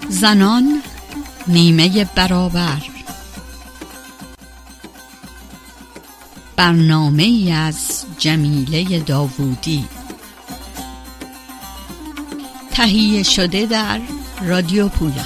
زنان نیمه برابر، برنامه‌ای از جمیله داوودی، تهیه شده در رادیو پویا.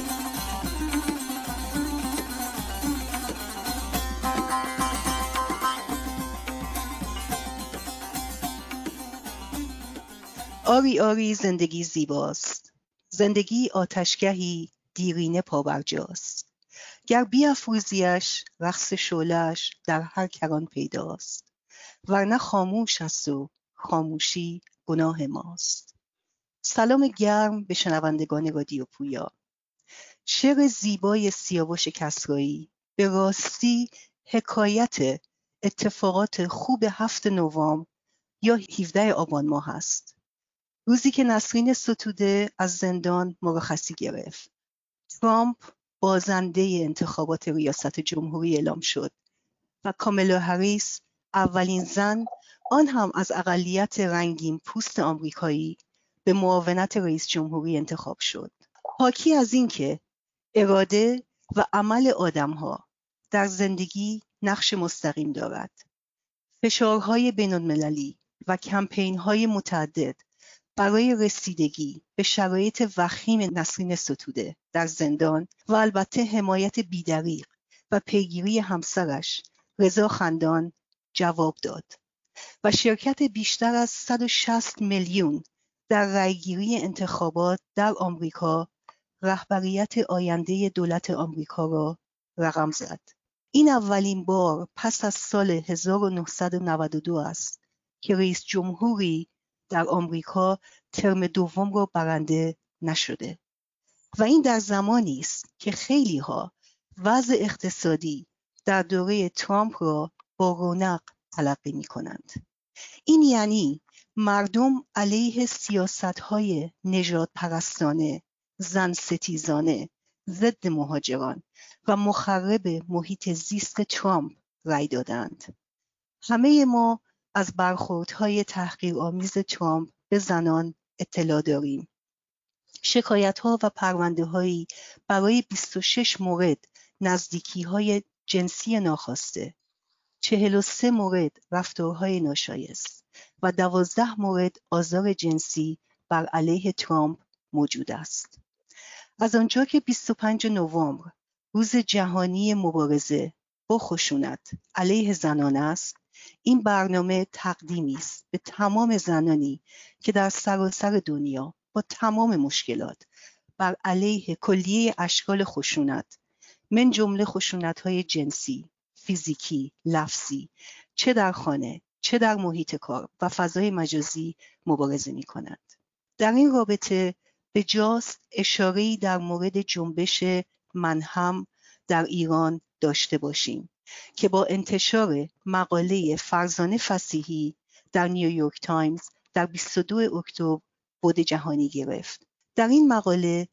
آری آری زندگی زیباست، زندگی آتشگهی دیرینه پابرجاست. گر بیفروزیش رقص شعله‌اش در هر کران پیداست، ورنه خاموش است و خاموشی گناه ماست. سلام گرم به شنوندگان رادیو پویا. شعر زیبای سیاوش کسرایی به راستی حکایت اتفاقات خوب 7 نوامبر یا 17 آبان ماه است، روزی که نسرین ستوده از زندان مرخصی گرفت. ترامپ بازنده انتخابات ریاست جمهوری اعلام شد و کامالا هریس اولین زن، آن هم از اقلیت رنگین پوست آمریکایی، به معاونت رئیس جمهوری انتخاب شد. حاکی از این که اراده و عمل آدم‌ها در زندگی نقش مستقیم دارد. فشارهای بین‌المللی و کمپین‌های متعدد برای رسیدگی به شرایط وخیم نسرین ستوده در زندان و البته حمایت بی‌دریغ و پیگیری همسرش رضا خندان جواب داد و شرکت بیشتر از 160 میلیون در رأیگیری انتخابات در آمریکا رهبریت آینده دولت آمریکا را رقم زد. این اولین بار پس از سال 1992 است که رئیس جمهوری در آمریکا ترم دوم را برنده نشده و این در زمانی است که خیلی ها وضع اقتصادی در دوره ترامپ را با رونق تلقی می کنند. این یعنی مردم علیه سیاست‌های نژاد پرستانه، زن ستیزانه، ضد مهاجران و مخرب محیط زیست ترامپ رأی دادند. همه ما از برخوردهای تحقیرآمیز ترامپ به زنان اطلاع داریم. شکایت‌ها و پرونده‌هایی برای 26 مورد نزدیکی‌های جنسی ناخواسته، 43 مورد رفتارهای ناشایست و 12 مورد آزار جنسی بر علیه ترامپ موجود است. از آنجا که 25 نوامبر روز جهانی مبارزه با خشونت علیه زنان است، این برنامه تقدیمی است به تمام زنانی که در سراسر دنیا با تمام مشکلات بر علیه کلیه اشکال خشونت، من جمله خشونت‌های جنسی، فیزیکی، لفظی، چه در خانه، چه در محیط کار و فضای مجازی مبارزه می‌کنند. در این رابطه به جاست اشاره‌ای در مورد جنبش من هم در ایران داشته باشیم که با انتشار مقاله فرزانه فصیحی در نیویورک تایمز در 22 اکتبر بعد جهانی گرفت. در این مقاله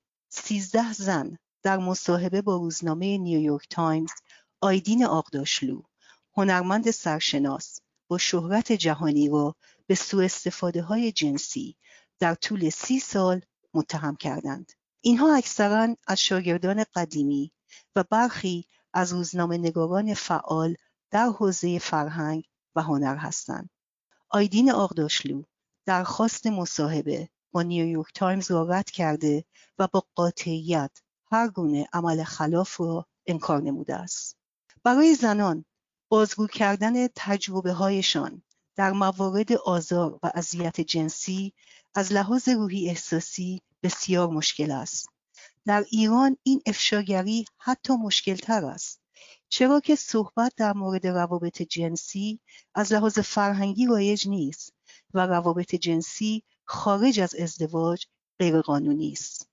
13 زن در مصاحبه با روزنامه نیویورک تایمز آیدین آغداشلو، هنرمند سرشناس با شهرت جهانی را به سوء استفاده‌های جنسی در طول 30 سال متهم کردند. اینها اکثراً از شاگردان قدیمی و برخی از روزنامه‌نگاران فعال در حوزه فرهنگ و هنر هستند. آیدین آغداشلو درخواست مصاحبه با نیویورک تایمز را رد کرده و با قاطعیت هر گونه عمل خلاف را انکار نموده است. برای زنان بازگو کردن تجربه‌هایشان در موارد آزار و اذیت جنسی از لحاظ روحی احساسی بسیار مشکل است. در ایران این افشاگری حتی مشکل‌تر است، چرا که صحبت در مورد روابط جنسی از لحاظ فرهنگی رایج نیست و روابط جنسی خارج از ازدواج غیرقانونی است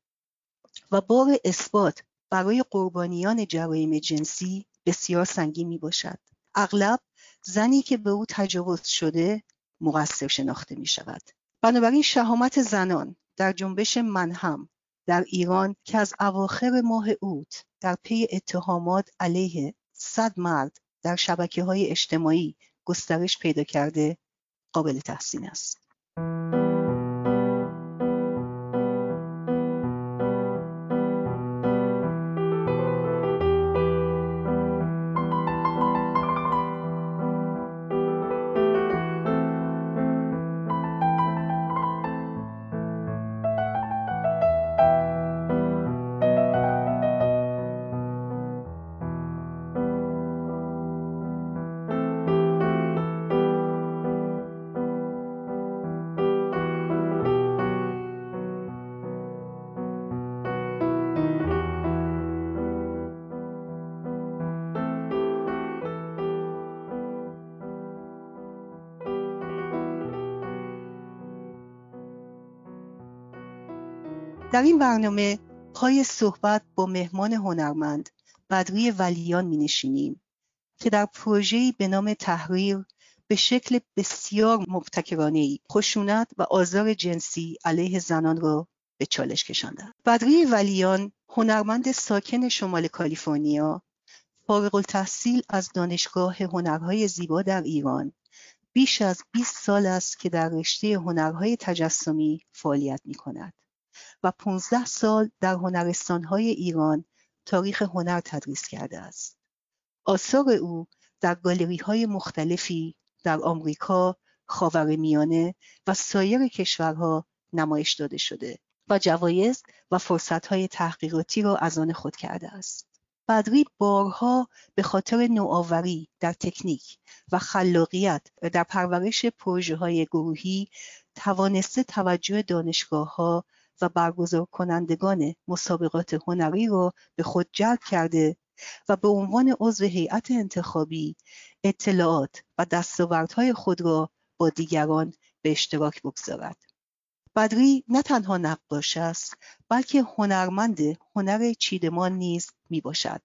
و بار اثبات برای قربانیان جرایم جنسی بسیار سنگین می باشد. اغلب زنی که به او تجاوز شده مقصر شناخته می شود. بنابراین شهامت زنان در جنبش من هم در ایران که از اواخر ماه اوت در پی اتهامات علیه 100 مرد در شبکه‌های اجتماعی گسترش پیدا کرده قابل تحسین است. در این برنامه پای صحبت با مهمان هنرمند بدری ولیان می نشینیم که در پروژه‌ای به نام تحریر به شکل بسیار مبتکرانه‌ای خشونت و آزار جنسی علیه زنان را به چالش کشاندند. بدری ولیان هنرمند ساکن شمال کالیفرنیا، فارغ التحصیل از دانشگاه هنرهای زیبا در ایران، بیش از 20 سال است که در رشته هنرهای تجسمی فعالیت می‌کند و 15 سال در هنرستان‌های ایران تاریخ هنر تدریس کرده است. آثار او در گالری‌های مختلفی در آمریکا، خاورمیانه و سایر کشورها نمایش داده شده و جوایز و فرصت‌های تحقیقاتی را از آن خود کرده است. بدری بارها به خاطر نوآوری در تکنیک و خلاقیت در پرورش پروژه‌های گروهی توانسته توجه دانشگاه‌ها و برگزار کنندگان مسابقات هنری را به خود جلب کرده و به عنوان عضو هیئت انتخابی اطلاعات و دستاوردهای خود را با دیگران به اشتراک بگذارد. بدری نه تنها نقاش است، بلکه هنرمند هنر چیدمان نیز می باشد.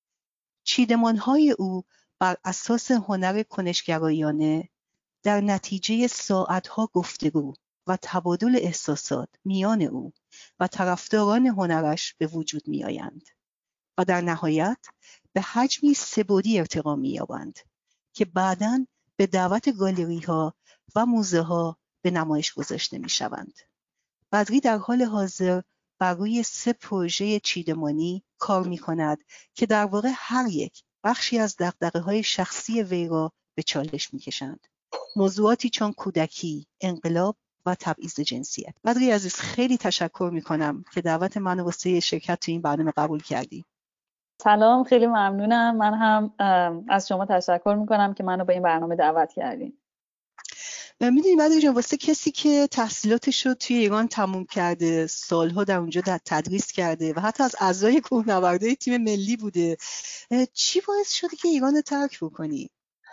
چیدمان‌های او بر اساس هنر کنشگرایانه در نتیجه ساعتها گفتگو و تبادل احساسات میان او و طرفداران هنرش به وجود می آیند و در نهایت به حجمی سه‌بعدی ارتقا می یابند که بعداً به دعوت گالری‌ها و موزه‌ها به نمایش گذاشته می شوند. بدری در حال حاضر بر روی 3 پروژه چیدمانی کار می کند که در واقع هر یک بخشی از دغدغه‌های شخصی وی را به چالش می کشند. موضوعاتی چون کودکی، انقلاب و تبعیض جنسیت. بدری عزیز، خیلی تشکر می کنم که دعوت من واسه شرکت تو این برنامه قبول کردی. سلام، خیلی ممنونم. من هم از شما تشکر میکنم که منو به این برنامه دعوت کردین. میدونی بدری جان، واسه کسی که تحصیلاتش رو توی ایران تموم کرده، سالها در اونجا تدریس کرده و حتی از اعضای کوهنوردای تیم ملی بوده، چی باعث شده که ایران رو ترک بکنی؟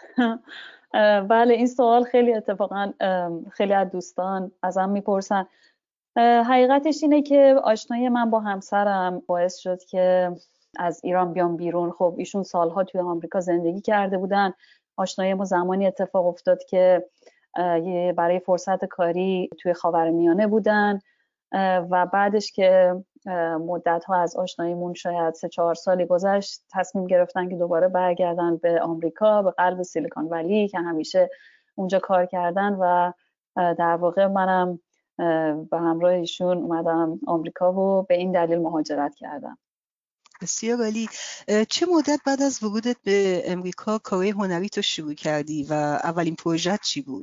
بله، این سوال خیلی اتفاقا خیلی از دوستان ازم میپرسن. حقیقتش اینه که آشنایی من با همسرم باعث شد که از ایران بیام بیرون. خب ایشون سالها توی آمریکا زندگی کرده بودن. آشنایی ما زمانی اتفاق افتاد که برای فرصت کاری توی خاورمیانه بودن و بعدش که مدت‌ها از آشناییمون شاید 3-4 سالی گذشت، تصمیم گرفتن که دوباره برگردن به آمریکا، به قلب سیلیکون ولی که همیشه اونجا کار کردن و در واقع منم به همراه ایشون اومدم آمریکا و به این دلیل مهاجرت کردم. بسیار عالی. چه مدت بعد از ورودت به امریکا کارهای هنری تو شروع کردی و اولین پروژه چی بود؟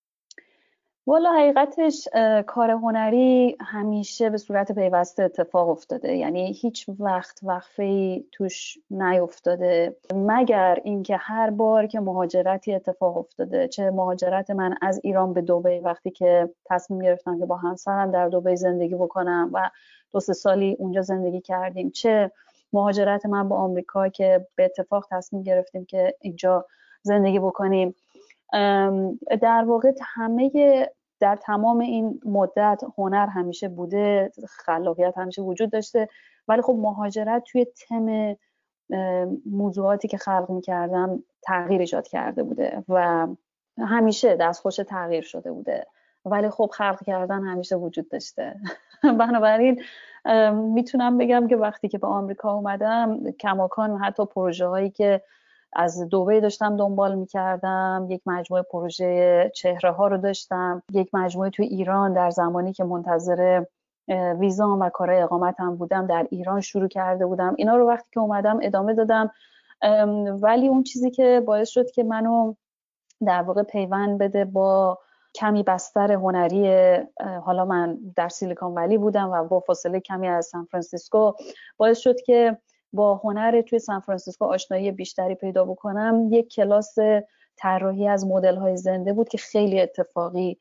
والا حقیقتش کار هنری همیشه به صورت پیوسته اتفاق افتاده، یعنی هیچ وقت وقفه‌ای توش نیفتاده، مگر اینکه هر بار که مهاجرتی اتفاق افتاده، چه مهاجرت من از ایران به دبی وقتی که تصمیم گرفتم که با همسرم در دبی زندگی بکنم و 2-3 سالی اونجا زندگی کردیم، چه مهاجرت من با آمریکا که به اتفاق تصمیم گرفتیم که اینجا زندگی بکنیم. در واقع در تمام این مدت هنر همیشه بوده، خلاقیت همیشه وجود داشته، ولی خب مهاجرت توی تم موضوعاتی که خلق می‌کردم تغییر ایجاد کرده بوده و همیشه دستخوش تغییر شده بوده، ولی خب خلق کردن همیشه وجود داشته. بنابراین میتونم بگم که وقتی که به آمریکا اومدم کماکان حتی پروژه هایی که از دبی داشتم دنبال میکردم، یک مجموعه پروژه چهره ها رو داشتم، یک مجموعه توی ایران در زمانی که منتظر ویزام و کارهای اقامتم بودم در ایران شروع کرده بودم. اینا رو وقتی که اومدم ادامه دادم، ولی اون چیزی که باعث شد که منو در واقع پیوند بده با کمی بستر هنری، حالا من در سیلیکون ولی بودم و با فاصله کمی از سان فرانسیسکو، باعث شد که با هنر توی سان فرانسیسکو آشنایی بیشتری پیدا بکنم. یک کلاس طراحی از مدل‌های زنده بود که خیلی اتفاقی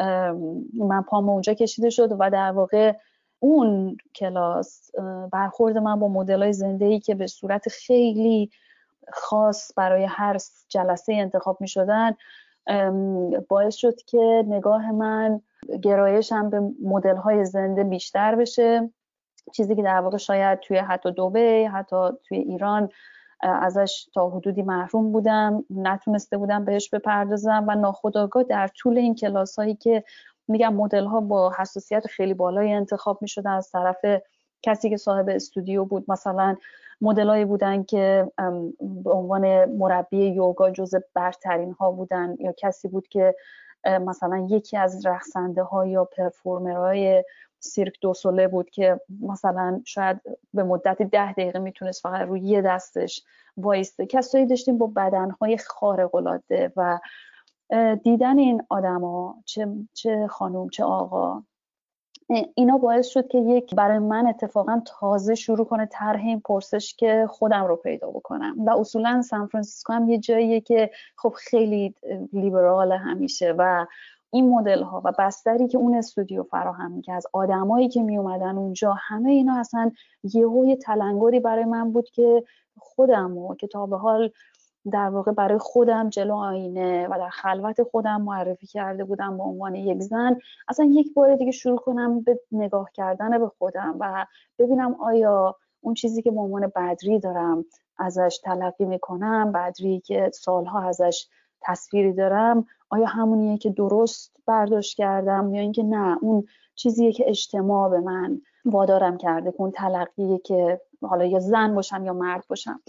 من پام اونجا کشیده شد و در واقع اون کلاس برخورد من با مدل‌های زنده‌ای که به صورت خیلی خاص برای هر جلسه انتخاب می‌شدن باعث شد که نگاه من گرایشم به مدل‌های زنده بیشتر بشه، چیزی که در واقع شاید توی حتی دبی، حتی توی ایران ازش تا حدودی محروم بودم، نتونسته بودم بهش بپردازم و ناخودآگاه در طول این کلاس‌هایی که میگم مدل‌ها با حساسیت خیلی بالایی انتخاب می‌شدن از طرف کسی که صاحب استودیو بود. مثلا مدلایی بودن که به عنوان مربی یوگا جزء برترین ها بودن، یا کسی بود که مثلا یکی از رقصنده ها یا پرفورمرهای سیرک دو سوله بود که مثلا شاید به مدت 10 دقیقه میتونست فقط روی یه دستش وایسته. کسایی داشتیم با بدنهای خارق العاده و دیدن این آدما، چه خانم چه آقا، اینا باعث شد که یک برای من اتفاقا تازه شروع کنه طرح این پرسش که خودم رو پیدا بکنم. و اصولا سان فرانسیسکو هم یه جاییه که خب خیلی لیبرال همیشه و این مدل ها و بستری که اون استودیو فراهم می‌کرد، از آدمایی که می اومدن اونجا، همه اینا اصلا یه تلنگری برای من بود که خودم رو که تا به حال در واقع برای خودم جلو آینه و در خلوت خودم معرفی کرده بودم به عنوان یک زن، اصلا یک بار دیگه شروع کنم به نگاه کردن به خودم و ببینم آیا اون چیزی که به عنوان بدری دارم ازش تلقی میکنم، بدری که سالها ازش تصویری دارم، آیا همونیه که درست برداشت کردم یا اینکه نه اون چیزیه که اجتماع به من وادارم کرده که اون تلقیه که حالا یا زن باشم یا مرد باشم.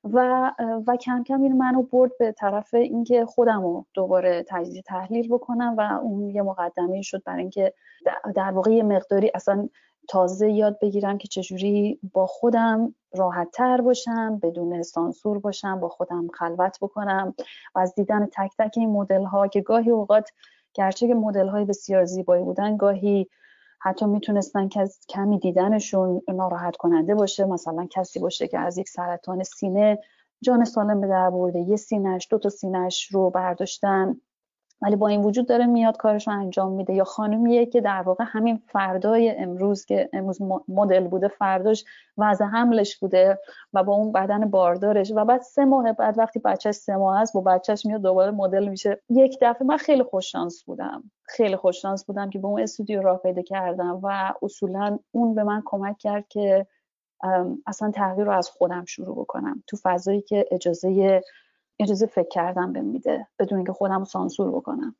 و کم کم این منو برد به طرف اینکه خودم رو دوباره تجزیه تحلیل بکنم و اون یه مقدمه شد برای اینکه در واقع یه مقداری اصلا تازه یاد بگیرم که چجوری با خودم راحت تر باشم، بدون سانسور باشم، با خودم خلوت بکنم و از دیدن تک تک این مدل ها که گاهی اوقات گرچه که مدل های بسیار زیبایی بودن، گاهی حتی میتونستن که از کمی دیدنشون ناراحت کننده باشه. مثلا کسی باشه که از یک سرطان سینه جان سالم به در برده، یه سینه‌اش 2 تا سینه‌اش رو برداشتن ولی با این وجود داره میاد کارش رو انجام میده، یا خانومیه که در واقع همین فردای امروز که امروز مدل بوده، فرداش وضع حملش بوده و با اون بدن باردارش و بعد 3 ماه بعد وقتی بچهش 3 ماه است با بچهش میاد دوباره مدل میشه. یک دفعه من خیلی خوش شانس بودم که به اون استودیو راه پیدا کردم و اصولا اون به من کمک کرد که اصلا تغییر رو از خودم شروع بکنم تو فضایی که اجازه فکر کردن بهم میده بدون اینکه خودم رو سانسور بکنم.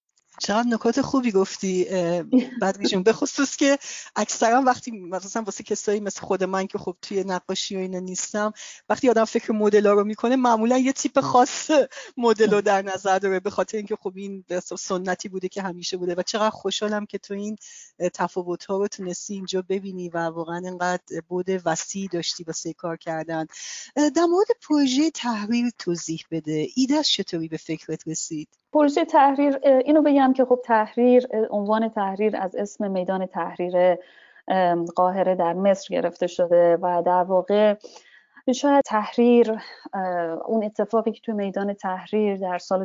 چقدر نکات خوبی گفتی بدری جون، به خصوص که اکثرا وقتی مثلا واسه کسایی مثل خود من که خب توی نقاشی و اینا نیستم، وقتی آدم فکر مدل‌ها رو میکنه معمولا یه تیپ خاص مدل رو در نظر داره به خاطر اینکه خب این به حساب سنتی بوده که همیشه بوده و چقدر خوشحالم که تو این تفاوت‌ها رو تونستی اینجا ببینی و واقعا اینقدر بود وسیع داشتی واسه کار کردن. در مورد پروژه تحریر توضیح بده، ایده‌اش چطوری به فکرت رسید؟ پروژه تحریر، اینو بگم که خب عنوان تحریر از اسم میدان تحریر قاهره در مصر گرفته شده و در واقع شاید تحریر، اون اتفاقی که توی میدان تحریر در سال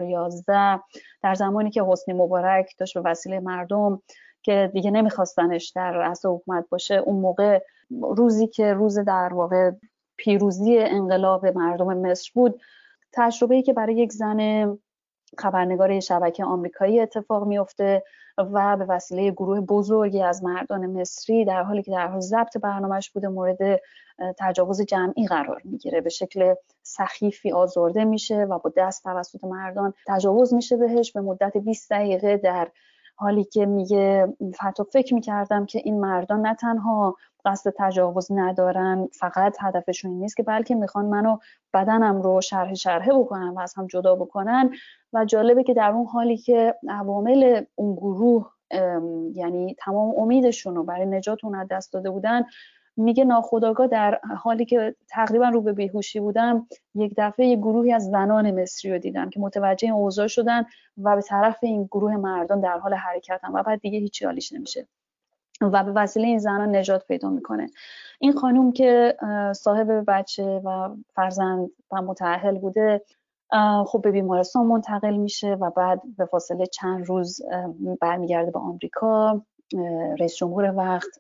2011 در زمانی که حسنی مبارک داشت به وسیله مردم که دیگه نمیخواستنش در رأس حکومت باشه، اون موقع روزی که روز در واقع پیروزی انقلاب مردم مصر بود، تجربه‌ای که برای یک زن خبرنگار شبکه آمریکایی اتفاق میفته و به وسیله گروه بزرگی از مردان مصری در حالی که در حال ضبط برنامه‌اش بوده مورد تجاوز جمعی قرار میگیره، به شکل سخیفی آزرده میشه و با دست توسط مردان تجاوز میشه بهش به مدت 20 دقیقه، در حالی که میگه حتی فکر میکردم که این مردان نه تنها قصد تجاوز ندارن، فقط هدفشون این نیست که بلکه میخوان منو بدنم رو شرحه بکنن و از هم جدا بکنن. و جالبه که در اون حالی که عوامل اون گروه یعنی تمام امیدشون رو برای نجات اون از دست داده بودن، میگه ناخودآگاه در حالی که تقریبا رو به بیهوشی بودم، یک دفعه یک گروهی از زنان مصری رو دیدم که متوجه این اوضاع شدن و به طرف این گروه مردان در حال حرکتن و بعد دیگه هیچی حالیش نمیشه و به وسیله این زنان نجات پیدا میکنه. این خانوم که صاحب بچه و فرزند و متأهل بوده، خب به بیمارستان منتقل میشه و بعد به فاصله چند روز برمیگرده به آمریکا. رئیس جمهور وقت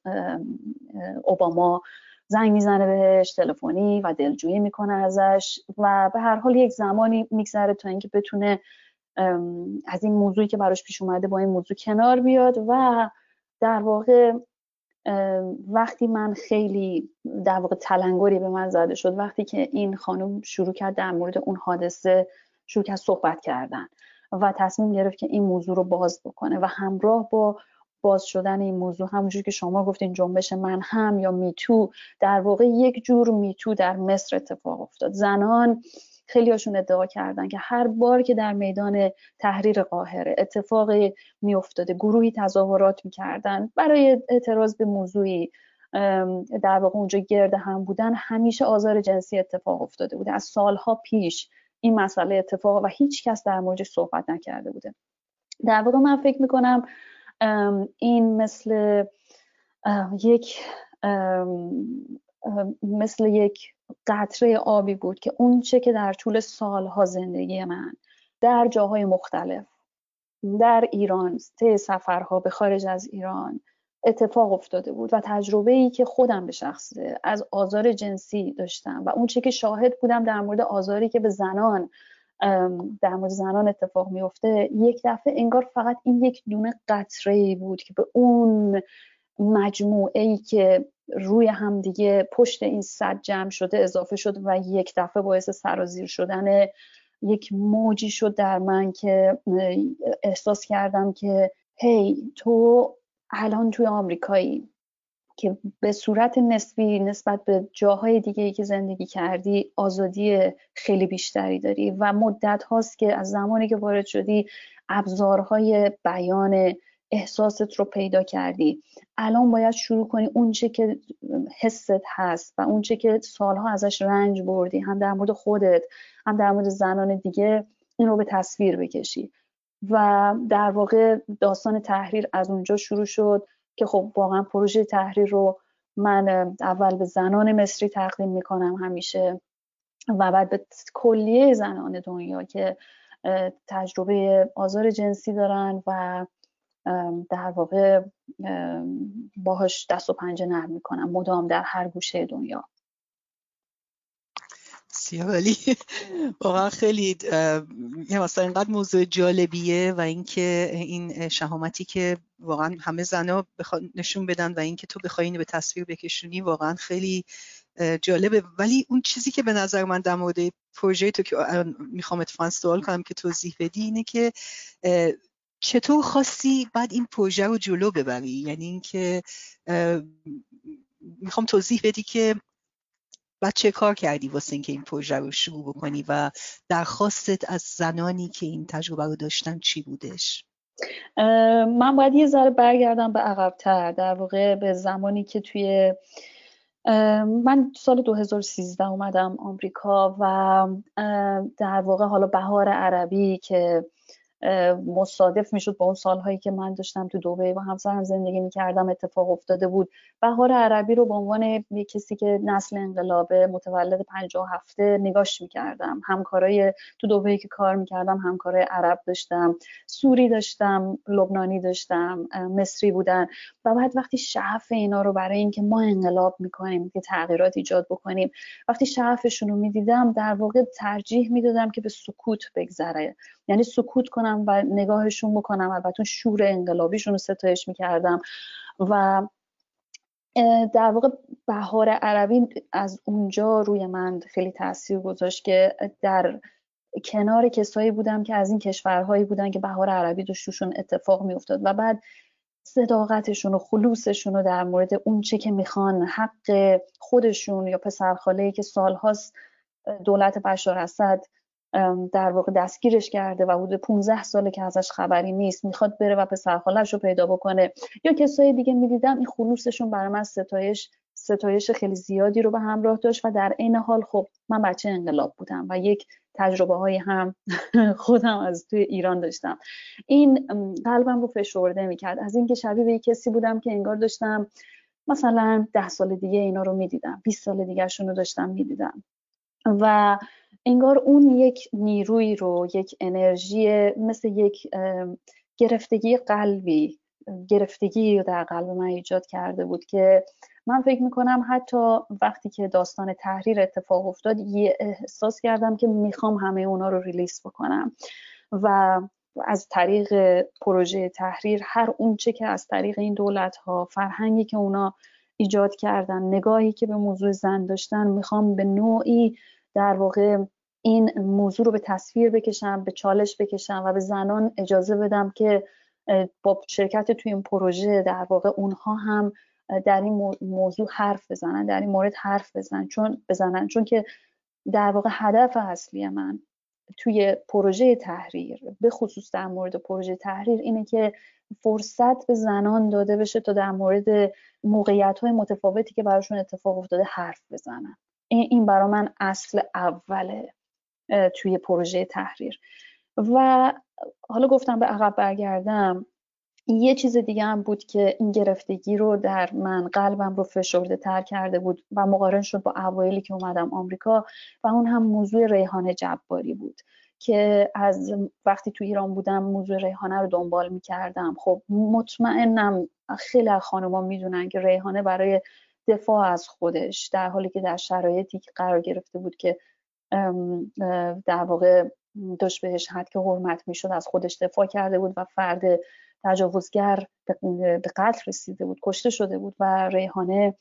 اوباما زنگ میزنه بهش تلفنی و دلجویی میکنه ازش و به هر حال یک زمانی میگذره تا اینکه بتونه از این موضوعی که براش پیش اومده با این موضوع کنار بیاد و در واقع وقتی من خیلی در واقع تلنگری به من زده شد، وقتی که این خانم شروع کرد در مورد اون حادثه شروع کرد صحبت کردن و تصمیم گرفت که این موضوع رو باز بکنه و همراه با باز شدن این موضوع، همونجوری که شما گفتین جنبش من هم یا میتو، در واقع یک جور میتو در مصر اتفاق افتاد. زنان خیلی هاشون ادعا کردن که هر بار که در میدان تحریر قاهره اتفاقی می افتاده، گروهی تظاهرات می کردن برای اعتراض به موضوعی در واقع اونجا گرد هم بودن، همیشه آزار جنسی اتفاق افتاده بوده. از سالها پیش این مسئله اتفاق و هیچ کس در موردش صحبت نکرده بوده. در واقع من فکر می کنم این مثل یک قطره آبی بود که اون چه که در طول سالها زندگی من در جاهای مختلف در ایران، طی سفرها به خارج از ایران اتفاق افتاده بود و تجربه‌ای که خودم به شخصه از آزار جنسی داشتم و اون چه که شاهد بودم در مورد آزاری که به زنان در مورد زنان اتفاق میفته، یک دفعه انگار فقط این یک دونه قطره‌ای بود که به اون مجموعه‌ای که روی هم دیگه پشت این سد جمع شده اضافه شد و یک دفعه باعث سرازیر شدن یک موجی شد در من که احساس کردم که هی تو الان توی آمریکایی که به صورت نسبی نسبت به جاهای دیگه‌ای که زندگی کردی آزادی خیلی بیشتری داری و مدت هاست که از زمانی که وارد شدی ابزارهای بیان احساست رو پیدا کردی. الان باید شروع کنی اون چه که حست هست و اون چه که سالها ازش رنج بردی، هم در مورد خودت هم در مورد زنان دیگه، این رو به تصویر بکشی. و در واقع داستان تحریر از اونجا شروع شد که خب واقعا پروژه تحریر رو من اول به زنان مصری تقدیم میکنم همیشه و بعد به کلیه زنان دنیا که تجربه آزار جنسی دارن و در واقع باهاش دست و پنجه نرم میکنم مدام در هر گوشه دنیا. سیالی واقعا خیلی مثلا اینقدر موضوع جالبیه و اینکه این شهامتی که واقعا همه زنا نشون بدن و اینکه تو بخوای اینو به تصویر بکشونی واقعا خیلی جالبه. ولی اون چیزی که به نظر من در مورد پروژه تو که میخوام اتفاقا سوال کنم که توضیح بدی اینه که چطور خواستی بعد این پروژه رو جلو ببری؟ یعنی اینکه میخوام توضیح بدی که بعد چه کار کردی واسه اینکه این پروژه رو شروع بکنی و درخواستت از زنانی که این تجربه رو داشتن چی بودش؟ من باید یه ذره برگردم به عقب‌تر، در واقع به زمانی که توی من سال 2013 اومدم آمریکا و در واقع حالا بهار عربی که مصادف میشد با اون سالهایی که من داشتم تو دبی با همسرم زندگی میکردم اتفاق افتاده بود. بهار عربی رو به عنوان یک کسی که نسل انقلابه متولد 57 نگاش میکردم. همکارای تو دبی که کار میکردم همکارای عرب داشتم، سوری داشتم، لبنانی داشتم، مصری بودن و بعد وقتی شعف اینا رو برای اینکه ما انقلاب میکنیم که تغییرات ایجاد بکنیم، وقتی شعفشون رو میدیدم در واقع ترجیح میدادم که به سکوت بگذره، یعنی سکوت کنم و نگاهشون بکنم. البته شور انقلابیشون رو ستایش میکردم و در واقع بهار عربی از اونجا روی من خیلی تاثیر گذاشت که در کنار کسایی بودم که از این کشورهایی بودن که بهار عربی توشون اتفاق میافتاد و بعد صداقتشون و خلوصشون رو در مورد اون چه که میخوان، حق خودشون یا پسرخاله‌ای که سالهاست دولت بشار اسد در واقع دستگیرش کرده و حدود 15 ساله که ازش خبری نیست، میخواد بره و پسرخاله‌اش رو پیدا بکنه، یا کسای دیگه میدیدم این خلوصشون برای من ستایش خیلی زیادی رو به همراه داشت و در عین حال خب من بچه انقلاب بودم و یک تجربه های هم خودم از توی ایران داشتم. این قلبم رو فشرده میکرد از اینکه شبیه به یک کسی بودم که انگار داشتم مثلا 10 سال دیگه اینا رو میدیدم، 20 سال دیگه شون رو داشتم میدیدم و انگار اون یک نیروی رو، یک انرژی، مثل یک گرفتگی قلبی، گرفتگی رو در قلب من ایجاد کرده بود که من فکر میکنم حتی وقتی که داستان تحریر اتفاق افتاد یه احساس کردم که میخوام همه اونا رو ریلیس بکنم و از طریق پروژه تحریر هر اونچه که از طریق این دولت‌ها، فرهنگی که اونا ایجاد کردن، نگاهی که به موضوع زن داشتن، میخوام به نوعی در واقع این موضوع رو به تصویر بکشم، به چالش بکشم و به زنان اجازه بدم که با شرکت توی این پروژه در واقع اونها هم در این موضوع حرف بزنن، در این مورد حرف بزنن چون که در واقع هدف اصلی من توی پروژه تحریر، به خصوص در مورد پروژه تحریر، اینه که فرصت به زنان داده بشه تا در مورد موقعیت‌های متفاوتی که براشون اتفاق افتاده حرف بزنن. این برای من اصل اوله توی پروژه تحریر. و حالا گفتم به عقب برگردم، یه چیز دیگه هم بود که این گرفتگی رو در من، قلبم رو فشرده تر کرده بود و مقارن شد با اوایلی که اومدم آمریکا و اون هم موضوع ریحانه جباری بود که از وقتی تو ایران بودم موضوع ریحانه رو دنبال می‌کردم. خب مطمئنم خیلی از خانم‌ها میدونن که ریحانه برای دفاع از خودش، در حالی که در شرایطی که قرار گرفته بود که در واقع داشت بهش حد که حرمت میشد، از خودش دفاع کرده بود و فرد تجاوزگر به قتل رسیده بود، کشته شده بود و ریحانه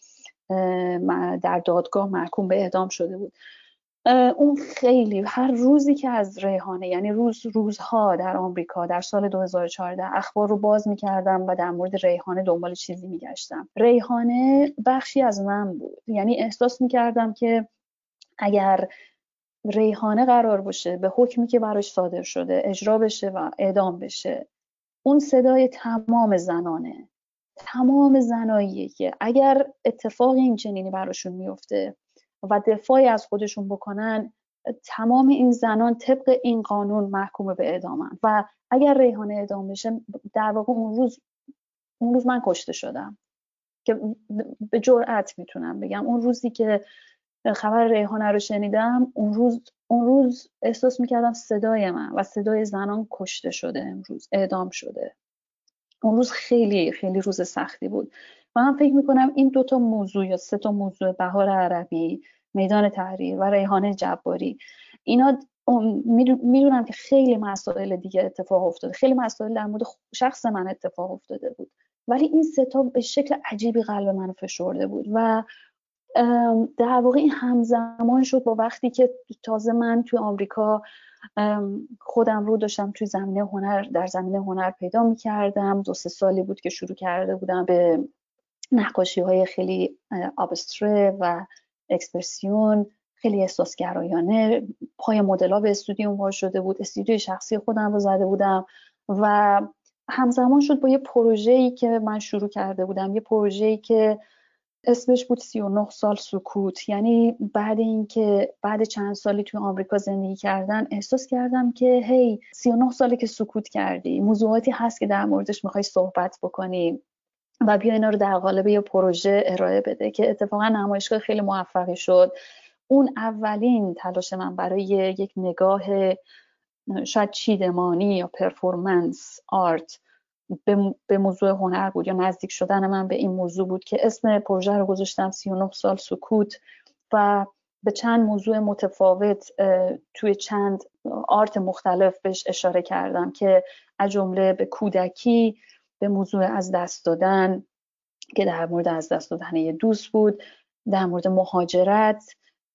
در دادگاه محکوم به اعدام شده بود. اون خیلی هر روزی که از ریحانه، یعنی روزها در آمریکا در سال 2014 اخبار رو باز می‌کردم و در مورد ریحانه دنبال چیزی می‌گشتم. ریحانه بخشی از من بود، یعنی احساس می‌کردم که اگر ریحانه قرار باشه به حکمی که براش صادر شده اجرا بشه و اعدام بشه، اون صدای تمام زنانه، تمام زناییه که اگر اتفاق این چنینی براشون میفته و دفاعی از خودشون بکنن، تمام این زنان طبق این قانون محکوم به اعدامن و اگر ریحانه اعدام بشه، در واقع اون روز من کشته شدم، که به جرئت میتونم بگم اون روزی که خبر ریحانه رو شنیدم، اون روز احساس میکردم صدای من و صدای زنان کشته شده، امروز اعدام شده. اون روز خیلی خیلی روز سختی بود و من فکر میکنم این 2 موضوع یا 3 موضوع، بهار عربی، میدان تحریر و ریحانه جباری، اینا میدونم که خیلی مسائل دیگه اتفاق افتاده، خیلی مسائل در مورد شخص من اتفاق افتاده بود، ولی این 3 به شکل عجیبی قلب منو فشرده بود و در واقع این همزمان شد با وقتی که تازه من توی آمریکا خودم رو داشتم توی زمینه هنر، در زمینه هنر پیدا می‌کردم. 2-3 سالی بود که شروع کرده بودم به نقاشی‌های خیلی ابستره و اکسپرسیون، خیلی احساسگرایانه. پای مدل‌ها به استودیوم وا شده بود، استودیوی شخصی خودم رو زده بودم و همزمان شد با یه پروژه‌ای که من شروع کرده بودم، یه پروژه‌ای که اسمش بود 39 سال سکوت. یعنی بعد چند سالی توی آمریکا زندگی کردن احساس کردم که هی 39 ساله که سکوت کردی، موضوعاتی هست که در موردش میخوای صحبت بکنی و بیا اینا رو در قالب یه پروژه ارائه بده، که اتفاقا نمایشگاه خیلی موفقی شد. اون اولین تلاش من برای یک نگاه شاید چیدمانی یا پرفورمنس آرت به موضوع هنر بود، یا نزدیک شدن من به این موضوع بود که اسم پروژه رو گذاشتم 39 سال سکوت و به چند موضوع متفاوت توی چند آرت مختلف بهش اشاره کردم که از جمله به کودکی، به موضوع از دست دادن که در مورد از دست دادن یه دوست بود، در مورد مهاجرت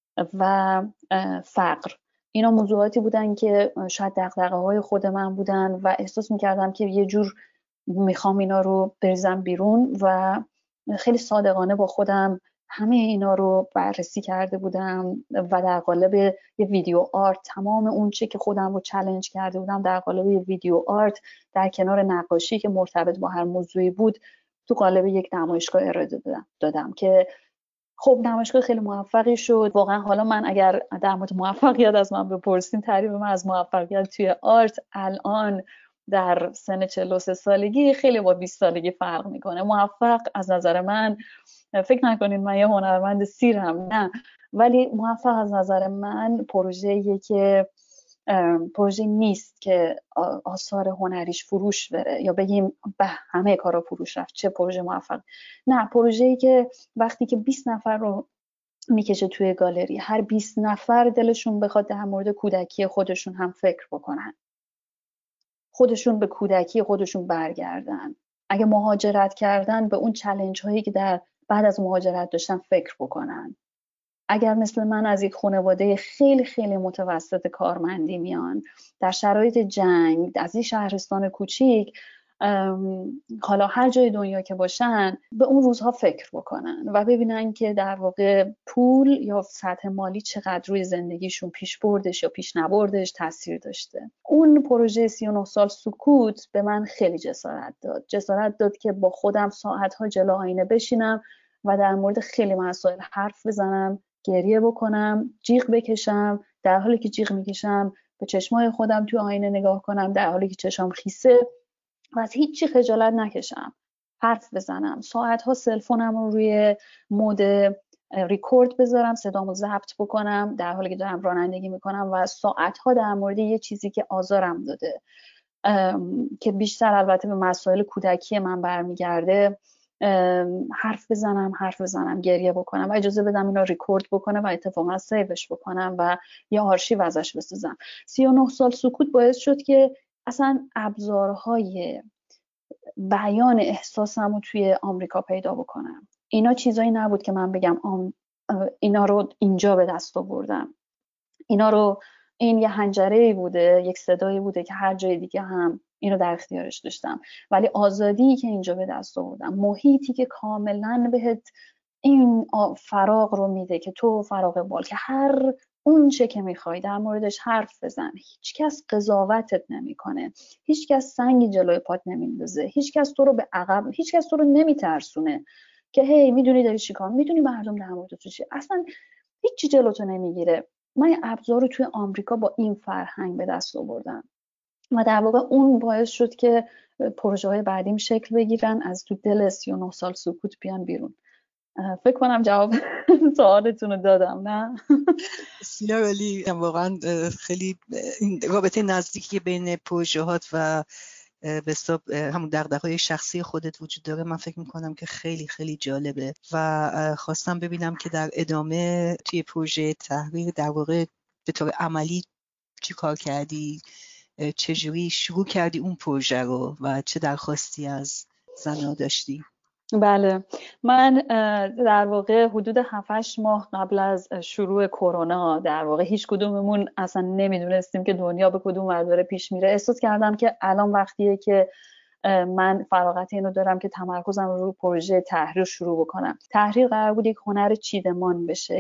و فقر. اینا موضوعاتی بودن که شاید دغدغه‌های خود من بودن و احساس می‌کردم که یه جور میخوام اینا رو بریزم بیرون و خیلی صادقانه با خودم همه اینا رو بررسی کرده بودم و در قالب یه ویدیو آرت تمام اون چه که خودم رو چالش کرده بودم در قالب یه ویدیو آرت در کنار نقاشی که مرتبط با هر موضوعی بود تو قالب یک نمایشگاه ارائه دادم که خب نمایشگاه خیلی موفقی شد. واقعا حالا من اگر در مورد موفقیت از من بپرسین، تعریف من از موفقیت توی آرت الان در سن 43 سالگی خیلی با 20 سالگی فرق میکنه. موفق از نظر من، فکر نکنین من یه هنرمند سیرم، نه، ولی موفق از نظر من پروژه نیست که آثار هنریش فروش بره یا بگیم به همه کارا فروش رفت چه پروژه موفق. نه، پروژه‌ای که وقتی که 20 نفر رو میکشه توی گالری، هر 20 نفر دلشون بخواد در مورد کودکی خودشون هم فکر بکنن خودشون به کودکی خودشون برگردن. اگه مهاجرت کردن به اون چالش هایی که در بعد از مهاجرت داشتن فکر بکنن. اگر مثل من از یک خانواده خیلی خیلی متوسط کارمندی میان در شرایط جنگ از این شهرستان کوچیک، حالا هر جای دنیا که باشن به اون روزها فکر بکنن و ببینن که در واقع پول یا سطح مالی چقدر روی زندگیشون پیش بردش یا پیش نبردش تاثیر داشته. اون پروژه 39 سال سکوت به من خیلی جسارت داد که با خودم ساعتها جلو آینه بشینم و در مورد خیلی مسائل حرف بزنم، گریه بکنم، جیغ بکشم، در حالی که جیغ میکشم به چشمای خودم توی آینه نگاه کنم در حالی که چشام خیسه و از هیچی خجالت نکشم، حرف بزنم، ساعتها سلفونم رو روی مود ریکورد بذارم، صدامو ضبط بکنم در حالی که دارم رانندگی میکنم و ساعتها در مورد یه چیزی که آزارم داده که بیشتر البته به مسائل کودکی من برمیگرده حرف بزنم، گریه بکنم و اجازه بدم اینا ریکورد بکنم و اتفاقا سیوش بکنم و یه آرشیو ازش بسازم. 39 سال سکوت باعث شد که اصلا ابزارهای بیان احساسم رو توی آمریکا پیدا بکنم. اینا چیزایی نبود که من بگم اینا رو اینجا به دست آوردم. این یه حنجره‌ای بوده، یک صدایی بوده که هر جای دیگه هم اینو در اختیارش داشتم، ولی آزادی که اینجا به دست آوردم، محیطی که کاملا بهت این فراغ رو میده که تو فراغ بال که هر اون چه که میخوای در موردش حرف بزن، هیچ کس قضاوتت نمیکنه، هیچ کس سنگی جلوی پات نمیندازه، هیچ کس تو رو به عقب، هیچ کس تو رو نمیترسونه که هی میدونی داری چیکار، میدونی مردم در مورد تو چی، اصلا هیچی جلوتو نمیگیره. من ابزار رو توی آمریکا با این فرهنگ به دست آوردم و در واقع اون باعث شد که پروژه های بعدیم شکل بگیرن، از تو دل 39 سال سکوت بیان بیرون. فکر کنم جواب سوالتون رو دادم، نه؟ بسیار عالی. واقعا خیلی این رابطه نزدیکی بین پروژه‌هات و به حساب همون دغدغه‌های شخصی خودت وجود داره. من فکر میکنم که خیلی خیلی جالبه و خواستم ببینم که در ادامه توی پروژه تحریر در واقع به طور عملی چی کار کردی، چجوری شروع کردی اون پروژه رو و چه درخواستی از زن‌ها داشتی؟ بله، من در واقع حدود 7-8 ماه قبل از شروع کرونا در واقع هیچ کدوممون اصلا نمیدونستیم که دنیا به کدوم ور داره پیش میره. احساس کردم که الان وقتیه که من فراغت اینو دارم که تمرکزم رو پروژه تحریر شروع بکنم. تحریر قرار بود یک هنر چیدمان بشه،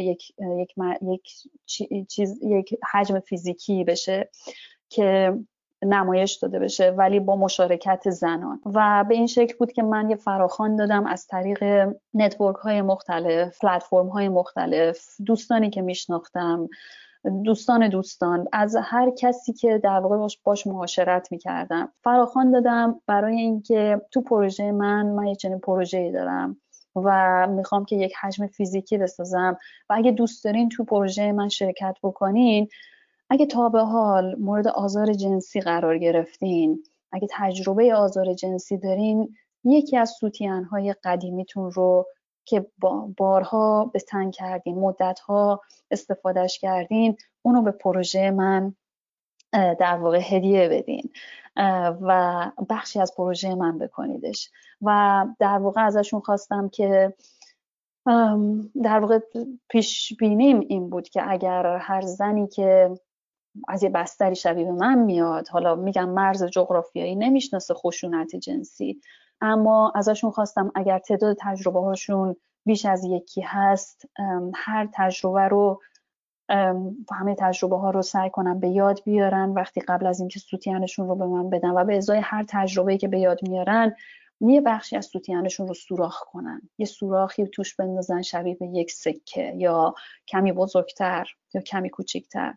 یک حجم فیزیکی بشه که نمایش داده بشه ولی با مشارکت زنان و به این شکل بود که من یه فراخوان دادم از طریق نتورک های مختلف، پلتفرم های مختلف، دوستانی که میشناختم، دوستان، از هر کسی که در واقع باش معاشرت میکردم فراخوان دادم برای اینکه تو پروژه من یه چنین پروژه‌ای دارم و میخوام که یک حجم فیزیکی بسازم و اگه دوست دارین تو پروژه من شرکت بکنین، اگه تا به حال مورد آزار جنسی قرار گرفتین، اگه تجربه آزار جنسی دارین، یکی از سوتیان‌های قدیمیتون رو که بارها به تن کردین، مدت‌ها استفادهش کردین، اونو به پروژه من در واقع هدیه بدین و بخشی از پروژه من بکنیدش. و در واقع ازشون خواستم که در واقع پیش بینیم این بود که اگر هر زنی که از یه بستری شبیه من میاد، حالا میگم مرز جغرافیایی نمیشناسه خشونت جنسی، اما ازشون خواستم اگر تعداد تجربه هاشون بیش از یکی هست، هر تجربه رو همه تجربه ها رو سعی کنم به یاد بیارن وقتی قبل از اینکه سوتیانشون رو به من بدن و به ازای هر تجربه‌ای که به یاد میارن یه بخشی از سوتیانشون رو سوراخ کنن، یه سوراخی توش بندازن شبیه به یک سکه یا کمی بزرگتر یا کمی کوچیکتر.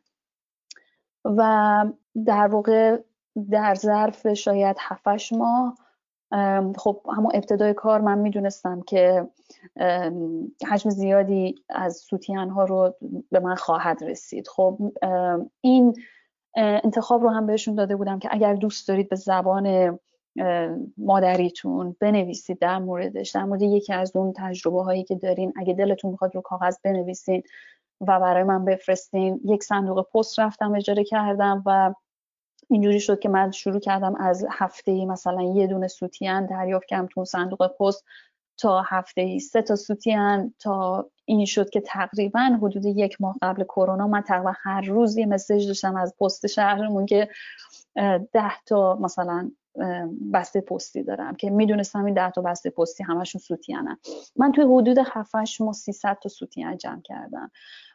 و در واقع در ظرف شاید 7-8 ماه، خب همون ابتدای کار من میدونستم که حجم زیادی از سوتیان ها رو به من خواهد رسید. خب این انتخاب رو هم بهشون داده بودم که اگر دوست دارید به زبان مادریتون بنویسید در موردش، در مورد یکی از اون تجربه هایی که دارین، اگه دلتون میخواد رو کاغذ بنویسین و برای من بفرستین. یک صندوق پست رفتم اجاره کردم و اینجوری شد که من شروع کردم از هفته‌ای مثلا یه دونه سوتین دریافت کردم تو صندوق پست تا هفته‌ای 3 تا سوتین، تا این شد که تقریبا حدود 1 ماه قبل کرونا من تقریبا هر روز یه مسیج داشتم از پست شهرمون که 10 تا مثلا بسته پستی دارم که میدونستم این 10 تا بسته پستی همشون سوتینن. من توی حدود 7-8 ماه 300 تا سوتین جمع کردم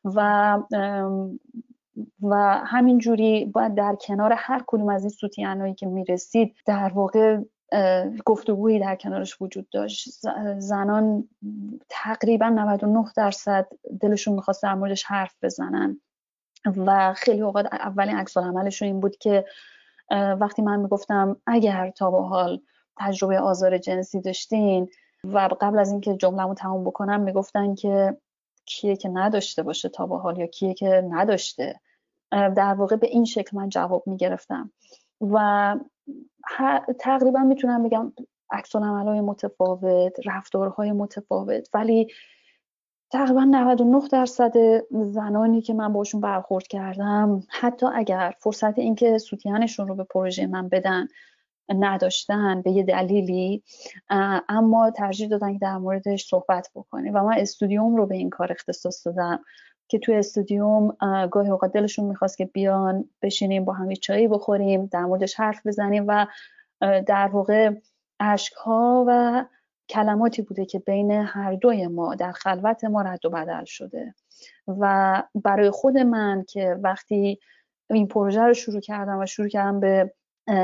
و همین جوری باید در کنار هر کدوم از این سوتینایی که میرسید در واقع گفتگویی در کنارش وجود داشت. زنان تقریبا 99% دلشون میخواست در موردش حرف بزنن و خیلی اوقات اولین عکس العملشون این بود که وقتی من میگفتم اگر تا به حال تجربه آزار جنسی داشتین و قبل از اینکه جمله‌مو تموم بکنم میگفتن که کیه که نداشته باشه تا به حال، یا کیه که نداشته. در واقع به این شکل من جواب میگرفتم و تقریبا میتونم بگم عکس العمل‌های متفاوت، رفتارهای متفاوت، ولی تقریبا 99% زنانی که من باشون برخورد کردم حتی اگر فرصت این که سوتینشون رو به پروژه من بدن نداشتن به یه دلیلی، اما ترجیح دادن که در موردش صحبت بکنیم و من استودیوم رو به این کار اختصاص دادم که توی استودیوم گاهی اوقات دلشون میخواست که بیان بشینیم با هم یه چایی بخوریم، در موردش حرف بزنیم و در واقع اشک‌ها و کلماتی بوده که بین هر دوی ما در خلوت ما رد و بدل شده. و برای خود من که وقتی این پروژه رو شروع کردم به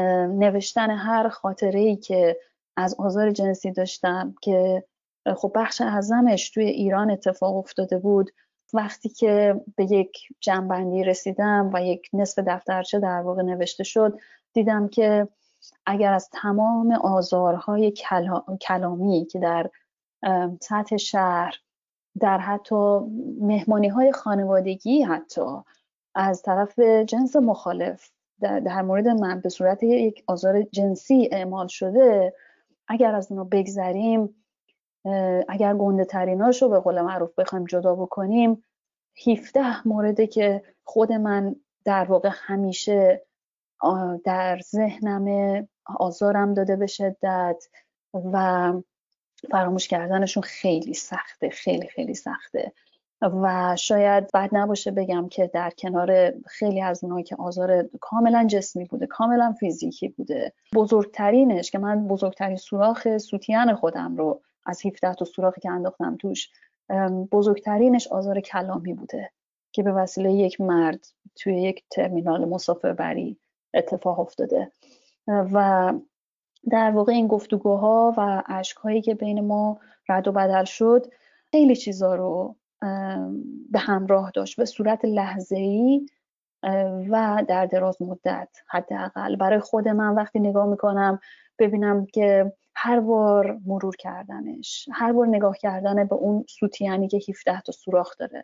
نوشتن هر خاطره‌ای که از آزار جنسی داشتم که خب بخش اعظمش توی ایران اتفاق افتاده بود، وقتی که به یک جمع‌بندی رسیدم و یک نصف دفترچه در واقع نوشته شد، دیدم که اگر از تمام آزارهای کلامی که در سطح شهر، در حتی مهمانی‌های خانوادگی، حتی از طرف جنس مخالف در مورد من به صورت یک آزار جنسی اعمال شده، اگر از اونا بگذریم، اگر گنده تریناش رو به قول معروف بخوایم جدا بکنیم، 17 مورده که خود من در واقع همیشه در ذهنم آزارم داده به شدت و فراموش کردنشون خیلی سخته، خیلی خیلی سخته. و شاید بد نباشه بگم که در کنار خیلی از اونها که آزار کاملا جسمی بوده، کاملا فیزیکی بوده، بزرگترینش که من بزرگترین سوراخ سوتین خودم رو از 17 تا سوراخی که انداختم توش، بزرگترینش آزار کلامی بوده که به وسیله یک مرد توی یک ترمینال مسافربری اتفاق افتاده. و در واقع این گفتگوها و اشک‌هایی که بین ما رد و بدل شد خیلی چیزا رو به همراه داشت به صورت لحظه‌ای و در دراز مدت. حداقل برای خود من وقتی نگاه میکنم ببینم که هر بار مرور کردنش، هر بار نگاه کردن به اون سوتیانی که 17 تا سوراخ داره،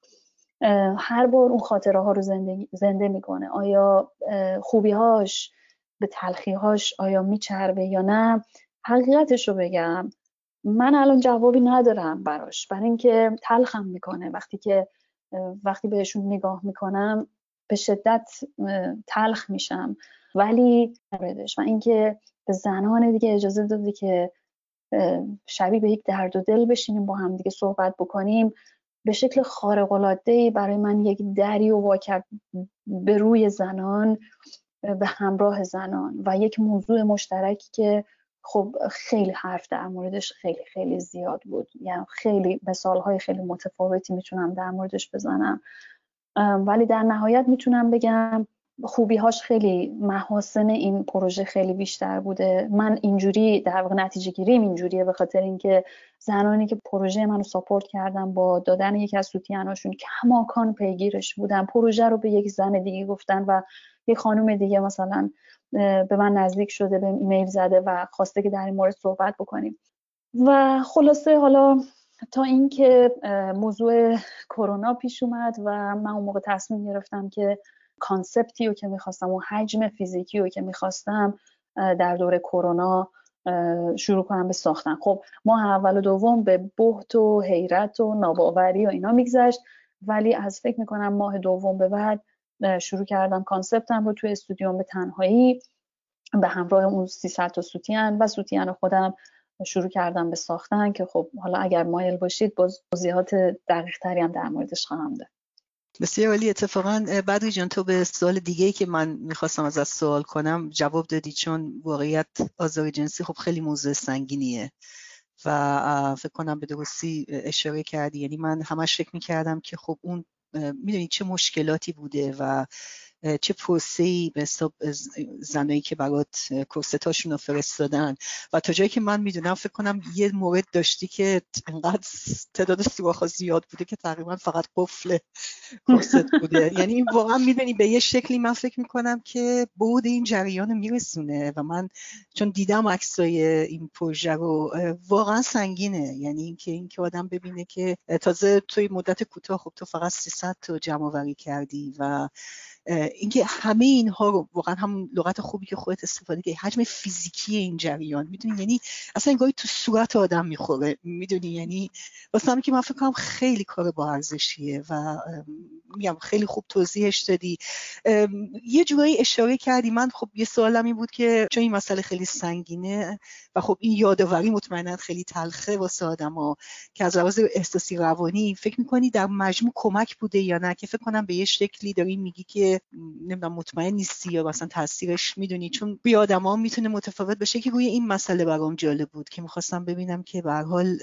هر بار اون خاطره ها رو زنده میکنه. آیا خوبیهاش به تلخیهاش آیا میچربه یا نه؟ حقیقتش رو بگم من الان جوابی ندارم براش، برای اینکه تلخم میکنه. وقتی بهشون نگاه میکنم به شدت تلخ میشم، ولی موردش و اینکه به زنان دیگه اجازه داده که شبیه به یک درد و دل بشینیم با هم دیگه صحبت بکنیم، به شکل خارق‌العاده‌ای برای من یک دری رو وا کرد به روی زنان، به همراه زنان و یک موضوع مشترکی که خب خیلی حرف در موردش خیلی خیلی زیاد بود. یعنی خیلی مثالهای خیلی متفاوتی میتونم در موردش بزنم، ولی در نهایت میتونم بگم خوبی‌هاش خیلی، محاسن این پروژه خیلی بیشتر بوده. من اینجوری در واقع نتیجه گیریم اینجوریه به خاطر اینکه زنانی که پروژه منو ساپورت کردن با دادن یکی از سوتیناشون کماکان پیگیرش بودن، پروژه رو به یک زن دیگه گفتن و یک خانم دیگه مثلا به من نزدیک شده، به ایمیل زده و خواسته که در این مورد صحبت بکنیم. و خلاصه حالا تا اینکه موضوع کرونا پیش اومد و من اون موقع تصمیم گرفتم که کانسپتی رو که میخواستم و حجم فیزیکی رو که میخواستم در دوره کرونا شروع کنم به ساختن. خب ماه اول و دوم به بهت و حیرت و ناباوری و اینا میگذشت، ولی از فکر میکنم ماه دوم به بعد شروع کردم کانسپتم رو توی استودیوم به تنهایی به همراه اون 300 تا سوتین و سوتین خودم شروع کردم به ساختن که خب حالا اگر مایل باشید توضیحات دقیق تری هم در موردش خواهم داد. بسیار عالی. اتفاقا بدری جان تو به سوال دیگه‌ای که من میخواستم ازت سوال کنم جواب دادی، چون واقعیت آزار جنسی خب خیلی موضوع سنگینیه و فکر کنم به درستی اشاره کردی. یعنی من همش فکر میکردم که خب اون میدونی چه مشکلاتی بوده و چه پروسه‌ای به حساب زنایی که برات کورستاشون رو فرستادن و تا جایی که من میدونم فکر کنم یه مورد داشتی که انقدر تعداد سوراخ‌ها زیاد بوده که تقریبا فقط قفل کورست بوده. یعنی واقعا میدونی به یه شکلی من فکر میکنم که بود این جریان رو میرسونه و من چون دیدم عکسای این پروژه رو واقعا سنگینه. یعنی اینکه آدم ببینه که تازه توی مدت کوتاه خب تو فقط 300 تا جمع آوری کردی و اینکه همه اینها رو واقعا هم لغت خوبی که خودت استفاده کردی، حجم فیزیکی این جریان میدونی، یعنی اصلا انگاری تو صورت آدم میخوره میدونی. یعنی واسه همین که من فکر کنم خیلی کار با ارزشیه و میگم خیلی خوب توضیحش دادی. یه جورایی اشاره کردی. من خب یه سوالم این بود که چون این مسئله خیلی سنگینه و خب این یادآوری مطمئنا خیلی تلخه واسه آدما که از لحاظ احساسی روانی فکر میکنی در مجموع کمک بوده یا نه؟ که فکر کنم به یه شکلی داری میگی که نمیدونم مطمئن نیستی یا مثلا تاثیرش میدونی، چون بی آدما میتونه متفاوت بشه. که روی این مسئله برام جالب بود که میخواستم ببینم که به هر حال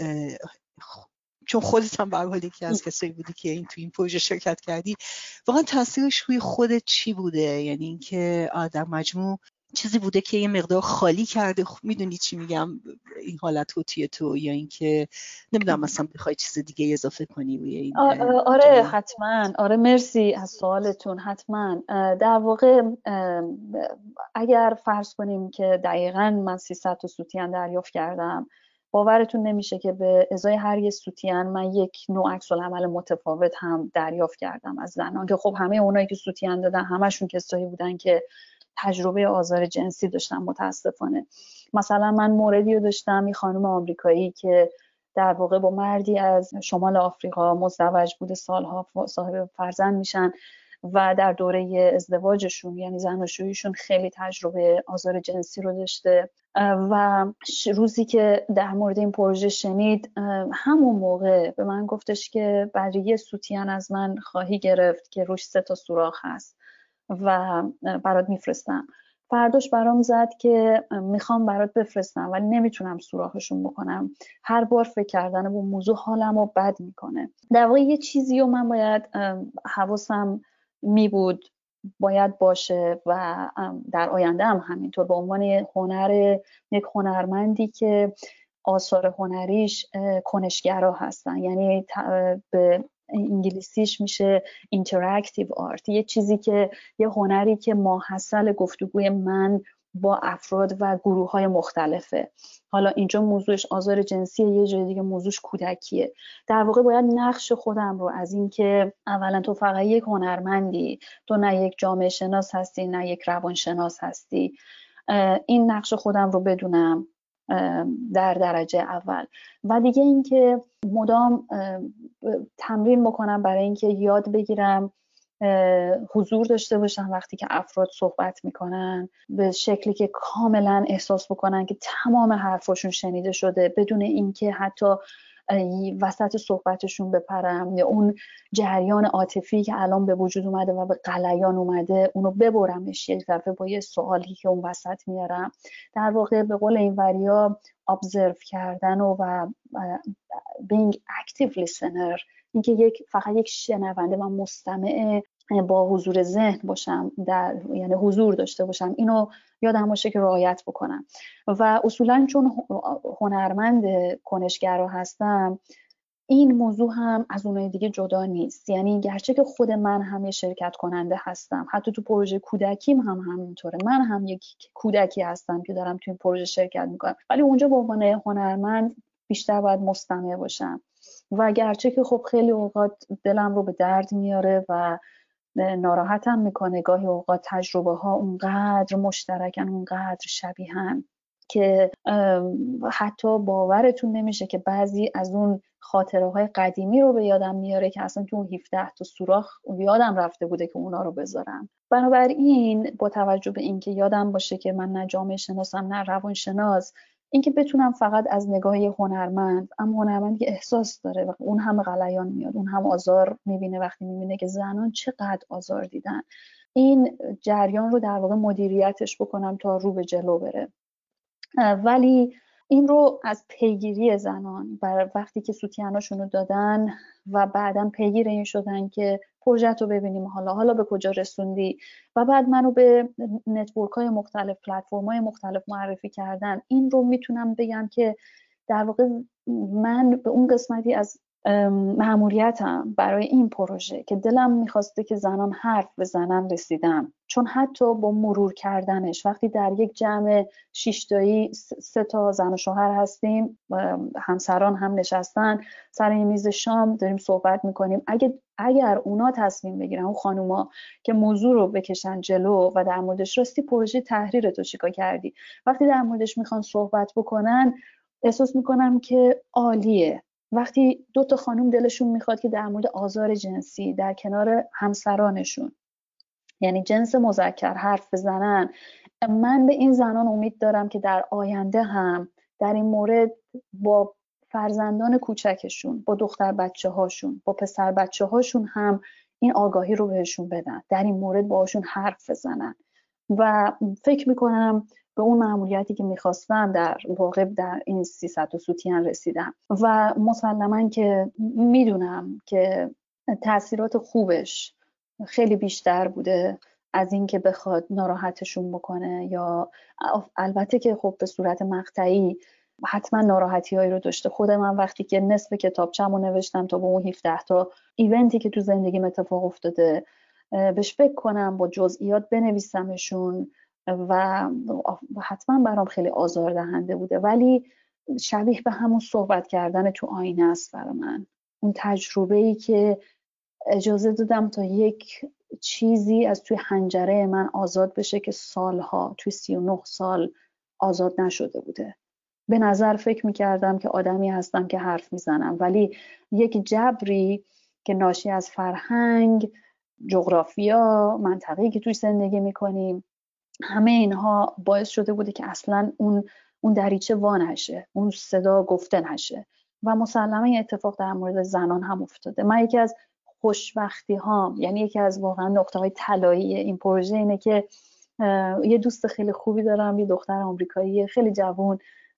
چون خودت هم به هر حال یکی از کسایی بودی که تو این پروژه شرکت کردی، واقعا تاثیرش روی خودت چی بوده؟ یعنی اینکه در مجموع چیزی بوده که یه مقدار خالی کرده، میدونی چی میگم، این حالت رو توی تو، یا اینکه نمیدونم مثلا بخوای چیز دیگه اضافه کنی روی این؟ آره حتما. آره مرسی از سوالتون. حتما در واقع اگر فرض کنیم که دقیقاً من 300 تا سوتین دریافت کردم، باورتون نمیشه که به ازای هر یه سوتین من یک نوع عکس العمل متفاوت هم دریافت کردم از زنان که خب همه اونایی که سوتین دادن همشون کسایی بودن که تجربه آزار جنسی داشتن متاسفانه. مثلا من موردی رو داشتم، یه خانم آمریکایی که در واقع با مردی از شمال آفریقا مزدوج بوده، سالها صاحب فرزند میشن و در دوره ازدواجشون یعنی زناشوییشون خیلی تجربه آزار جنسی رو داشته و روزی که در مورد این پروژه شنید همون موقع به من گفتش که برای یه سوتین از من خواهی گرفت که روش 3 تا سوراخ هست و برات میفرستم. فرداش برام زد که میخوام برات بفرستم ولی نمیتونم سوراخشون بکنم. هر بار فکر کردن به موضوع حالمو بد میکنه. در واقع یه چیزی رو من باید حواسم میبود باید باشه و در آینده هم همینطور به عنوان یک هنرمندی که آثار هنریش کنشگرا هستن، یعنی به انگلیسیش میشه اینتراکتیو آرت، یه چیزی که یه هنری که ماحصل گفتگوی من با افراد و گروه‌های مختلفه. حالا اینجا موضوعش آزار جنسیه، یه جای دیگه موضوعش کودکیه. در واقع باید نقش خودم رو از این که اولا تو فقط یک هنرمندی، تو نه یک جامعه شناس هستی نه یک روانشناس هستی، این نقش خودم رو بدونم در درجه اول و دیگه اینکه مدام تمرین بکنم برای اینکه یاد بگیرم حضور داشته باشم وقتی که افراد صحبت میکنن به شکلی که کاملا احساس بکنن که تمام حرفاشون شنیده شده بدون اینکه حتی وسط صحبتشون بپرم یا اون جریان عاطفی که الان به وجود اومده و به غلیان اومده اونو ببرمش یک دفعه با یه سوالی که اون وسط میارم. در واقع به قول این وریا observe کردن و being active listener، اینکه فقط یک شنونده و مستمع با حضور ذهن باشم، یعنی حضور داشته باشم، اینو یادم باشه که رعایت بکنم. و اصولا چون هنرمند کنشگرا هستم این موضوع هم از اونای دیگه جدا نیست. یعنی گرچه که خود من هم یه شرکت کننده هستم، حتی تو پروژه کودکیم هم همینطوره، من هم یک کودکی هستم که دارم تو این پروژه شرکت میکنم، ولی اونجا به عنوان هنرمند بیشتر باید مستمع باشم و گرچه که خب خیلی اوقات دلم رو به درد میاره و ناراحتم میکنه، گاهی اوقات تجربه ها اونقدر مشترکن، اونقدر شبیهن که حتی باورتون نمیشه که بعضی از اون خاطره‌های قدیمی رو به یادم میاره که اصلا تو اون 17 تا سوراخ یادم رفته بوده که اونا رو بذارم. بنابراین با توجه به اینکه یادم باشه که من نه جامعه شناسم نه روانشناس، اینکه بتونم فقط از نگاه هنرمند، اما هنرمندی که احساس داره و اون هم غلیان میاد، اون هم آزار میبینه وقتی میبینه که زنان چقدر آزار دیدن، این جریان رو در واقع مدیریتش بکنم تا رو به جلو بره. ولی این رو از پیگیری زنان برای وقتی که سوتیاناشون رو دادن و بعداً پیگیر این شدن که پروژه رو ببینیم حالا به کجا رسوندی و بعد منو به نتورک‌های مختلف، پلتفرم‌های مختلف معرفی کردن، این رو میتونم بگم که در واقع من به اون قسمتی از مأموریتم برای این پروژه که دلم میخواسته که زنان حرف بزنن رسیدم. چون حتی با مرور کردنش وقتی در یک جمع 6 تایی 3 تا زن و شوهر هستیم، همسران هم نشستن سر این میز شام داریم صحبت میکنیم، اگر اونا تصمیم بگیرن، اون خانوما که موضوع رو بکشن جلو و در موردش راستی پروژه تحریر تو چیکار کردی، وقتی در موردش میخوان صحبت بکنن، احساس میکنم که عالیه. وقتی 2 تا خانم دلشون میخواد که در مورد آزار جنسی در کنار همسرانشون، یعنی جنس مذکر، حرف بزنن، من به این زنان امید دارم که در آینده هم در این مورد با فرزندان کوچکشون، با دختر بچه هاشون، با پسر بچه هاشون هم این آگاهی رو بهشون بدن، در این مورد باشون حرف بزنن. و فکر میکنم به اون مأموریتی که میخواستم در واقع در این 300 سوتین رسیدم و مسلماً که میدونم که تأثیرات خوبش خیلی بیشتر بوده از این که بخواد ناراحتشون بکنه، یا البته که خب به صورت مقطعی حتما ناراحتی هایی رو داشته. خود من وقتی که نصف کتابچه‌مو نوشتم تا به اون 17 تا ایونتی که تو زندگیم اتفاق افتاده بهش فکر کنم، با جزئیات بنویسمشون و حتما برام خیلی آزاردهنده بوده، ولی شبیه به همون صحبت کردن تو آینه است برای من. اون تجربه‌ای که اجازه دادم تا یک چیزی از توی حنجره من آزاد بشه که سالها، توی 39 سال آزاد نشده بوده. به نظر فکر میکردم که آدمی هستم که حرف میزنم، ولی یک جبری که ناشی از فرهنگ، جغرافیا، منطقه‌ای که توی زندگی میکنیم، همه اینها باعث شده بوده که اصلا اون دریچه وا نشه، اون صدا گفته نشه. و مسلماً این اتفاق در مورد زنان هم افتاده. من یکی از خوشبختی ها، یعنی یکی از واقعا نقطه های طلایی این پروژه اینه که یه دوست خیلی خوبی دارم، یه دختر آمریکایی خیلی جوان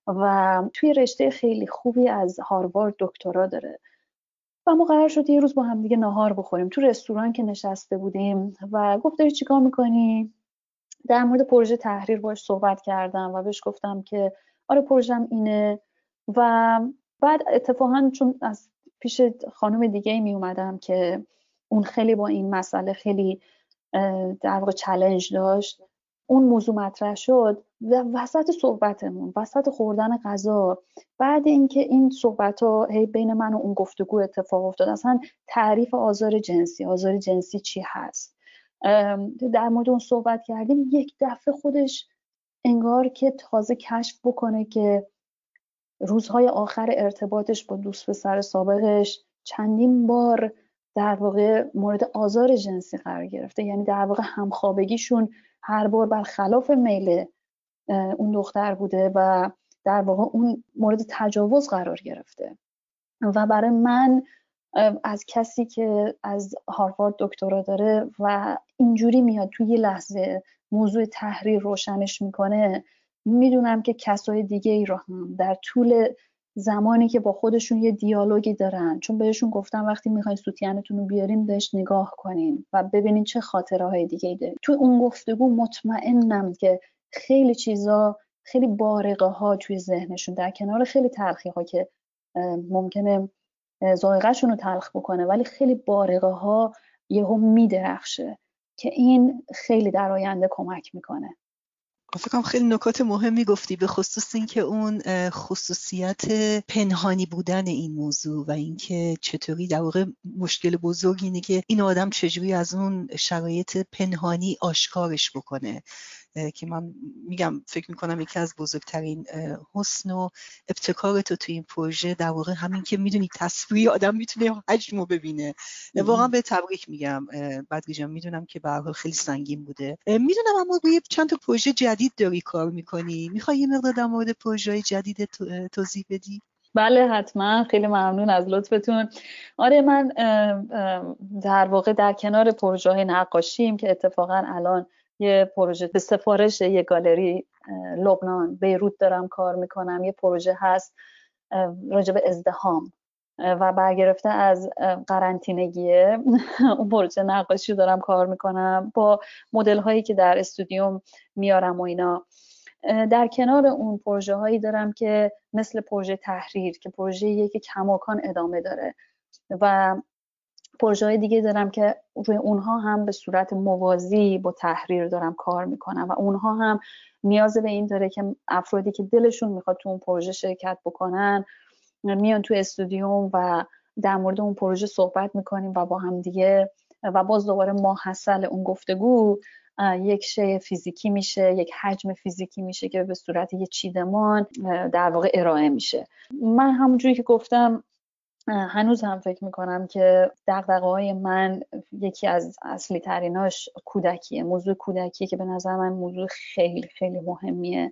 و توی رشته خیلی خوبی از هاروارد دکترا داره و ما قرار شد یه روز با هم دیگه ناهار بخوریم تو رستوران که نشسته بودیم و گفت داری چیکار میکنی؟ در مورد پروژه تحریر باش صحبت کردم و بهش گفتم که آره پروژم اینه. و بعد اتفاقا چون از پیش خانم دیگه می اومدم که اون خیلی با این مسئله خیلی در واقع چالش داشت، اون موضوع مطرح شد و وسط صحبتمون، وسط خوردن غذا، بعد اینکه این صحبت‌ها بین من و اون گفتگو اتفاق افتاد، اصلا تعریف آزار جنسی چی هست، در مورد اون صحبت کردیم، یک دفعه خودش انگار که تازه کشف بکنه که روزهای آخر ارتباطش با دوست پسر سابقش چندین بار در واقع مورد آزار جنسی قرار گرفته، یعنی در واقع همخوابگیشون هر بار برخلاف میل اون دختر بوده و در واقع اون مورد تجاوز قرار گرفته. و برای من از کسی که از هاروارد دکترا داره و اینجوری میاد توی یه لحظه موضوع تحریر روشنش میکنه، میدونم که کسای دیگه ای رو هم در طول زمانی که با خودشون یه دیالوگی دارن، چون بهشون گفتم وقتی میخواین سوتیانتون رو بیارین بهش نگاه کنین و ببینین چه خاطره های دیگه ای دارین. توی اون گفتگو مطمئنم که خیلی چیزا، خیلی بارقه ها توی ذهنشون، در کنار خیلی تلخی ها که ممکنه ذائقه‌شون رو تلخ بکنه، ولی خیلی بارقه ها یهو میدرخشه که این خیلی در آینده کمک میکنه. فکر کنم خیلی نکات مهمی گفتی، به خصوص این که اون خصوصیت پنهانی بودن این موضوع و اینکه چطوری در واقع مشکل بزرگ اینه که این آدم چجوری از اون شرایط پنهانی آشکارش بکنه. که من میگم فکر میکنم یکی از بزرگترین حسن و ابتکار تو این پروژه در واقع همین که میدونی تصویری آدم میتونه حجمو ببینه. واقعا به تبریک میگم بدری جان، میدونم که به هر حال خیلی سنگین بوده. میدونم اما روی چند تا پروژه جدید داری کار میکنی، میخوای یه مقدار در مورد پروژه‌های جدید توضیح بدی؟ بله حتما، خیلی ممنون از لطفتون. آره من در واقع در کنار پروژه‌های نقاشیم که اتفاقا الان یه پروژه به سفارش یه گالری لبنان بیروت دارم کار میکنم. یه پروژه هست راجع به ازدحام و برگرفته از قرنطینگیه. اون پروژه نقاشی دارم کار میکنم با مدل هایی که در استودیوم میارم و اینا. در کنار اون پروژه هایی دارم که مثل پروژه تحریر که پروژه‌ایه که کماکان ادامه داره و پروژه های دیگه دارم که روی اونها هم به صورت موازی با تحریر دارم کار میکنم و اونها هم نیاز به این داره که افرادی که دلشون میخواد تو اون پروژه شرکت بکنن میان تو استودیوم و در مورد اون پروژه صحبت میکنیم و با هم دیگه و باز دوباره ماحصل اون گفتگو یک شی فیزیکی میشه، یک حجم فیزیکی میشه که به صورت یک چیدمان در واقع ارائه میشه. من همونجوری که گفتم هنوز هم فکر میکنم که دغدغه‌های من یکی از اصلی تریناش کودکیه، موضوع کودکی که به نظر من موضوع خیلی خیلی مهمیه.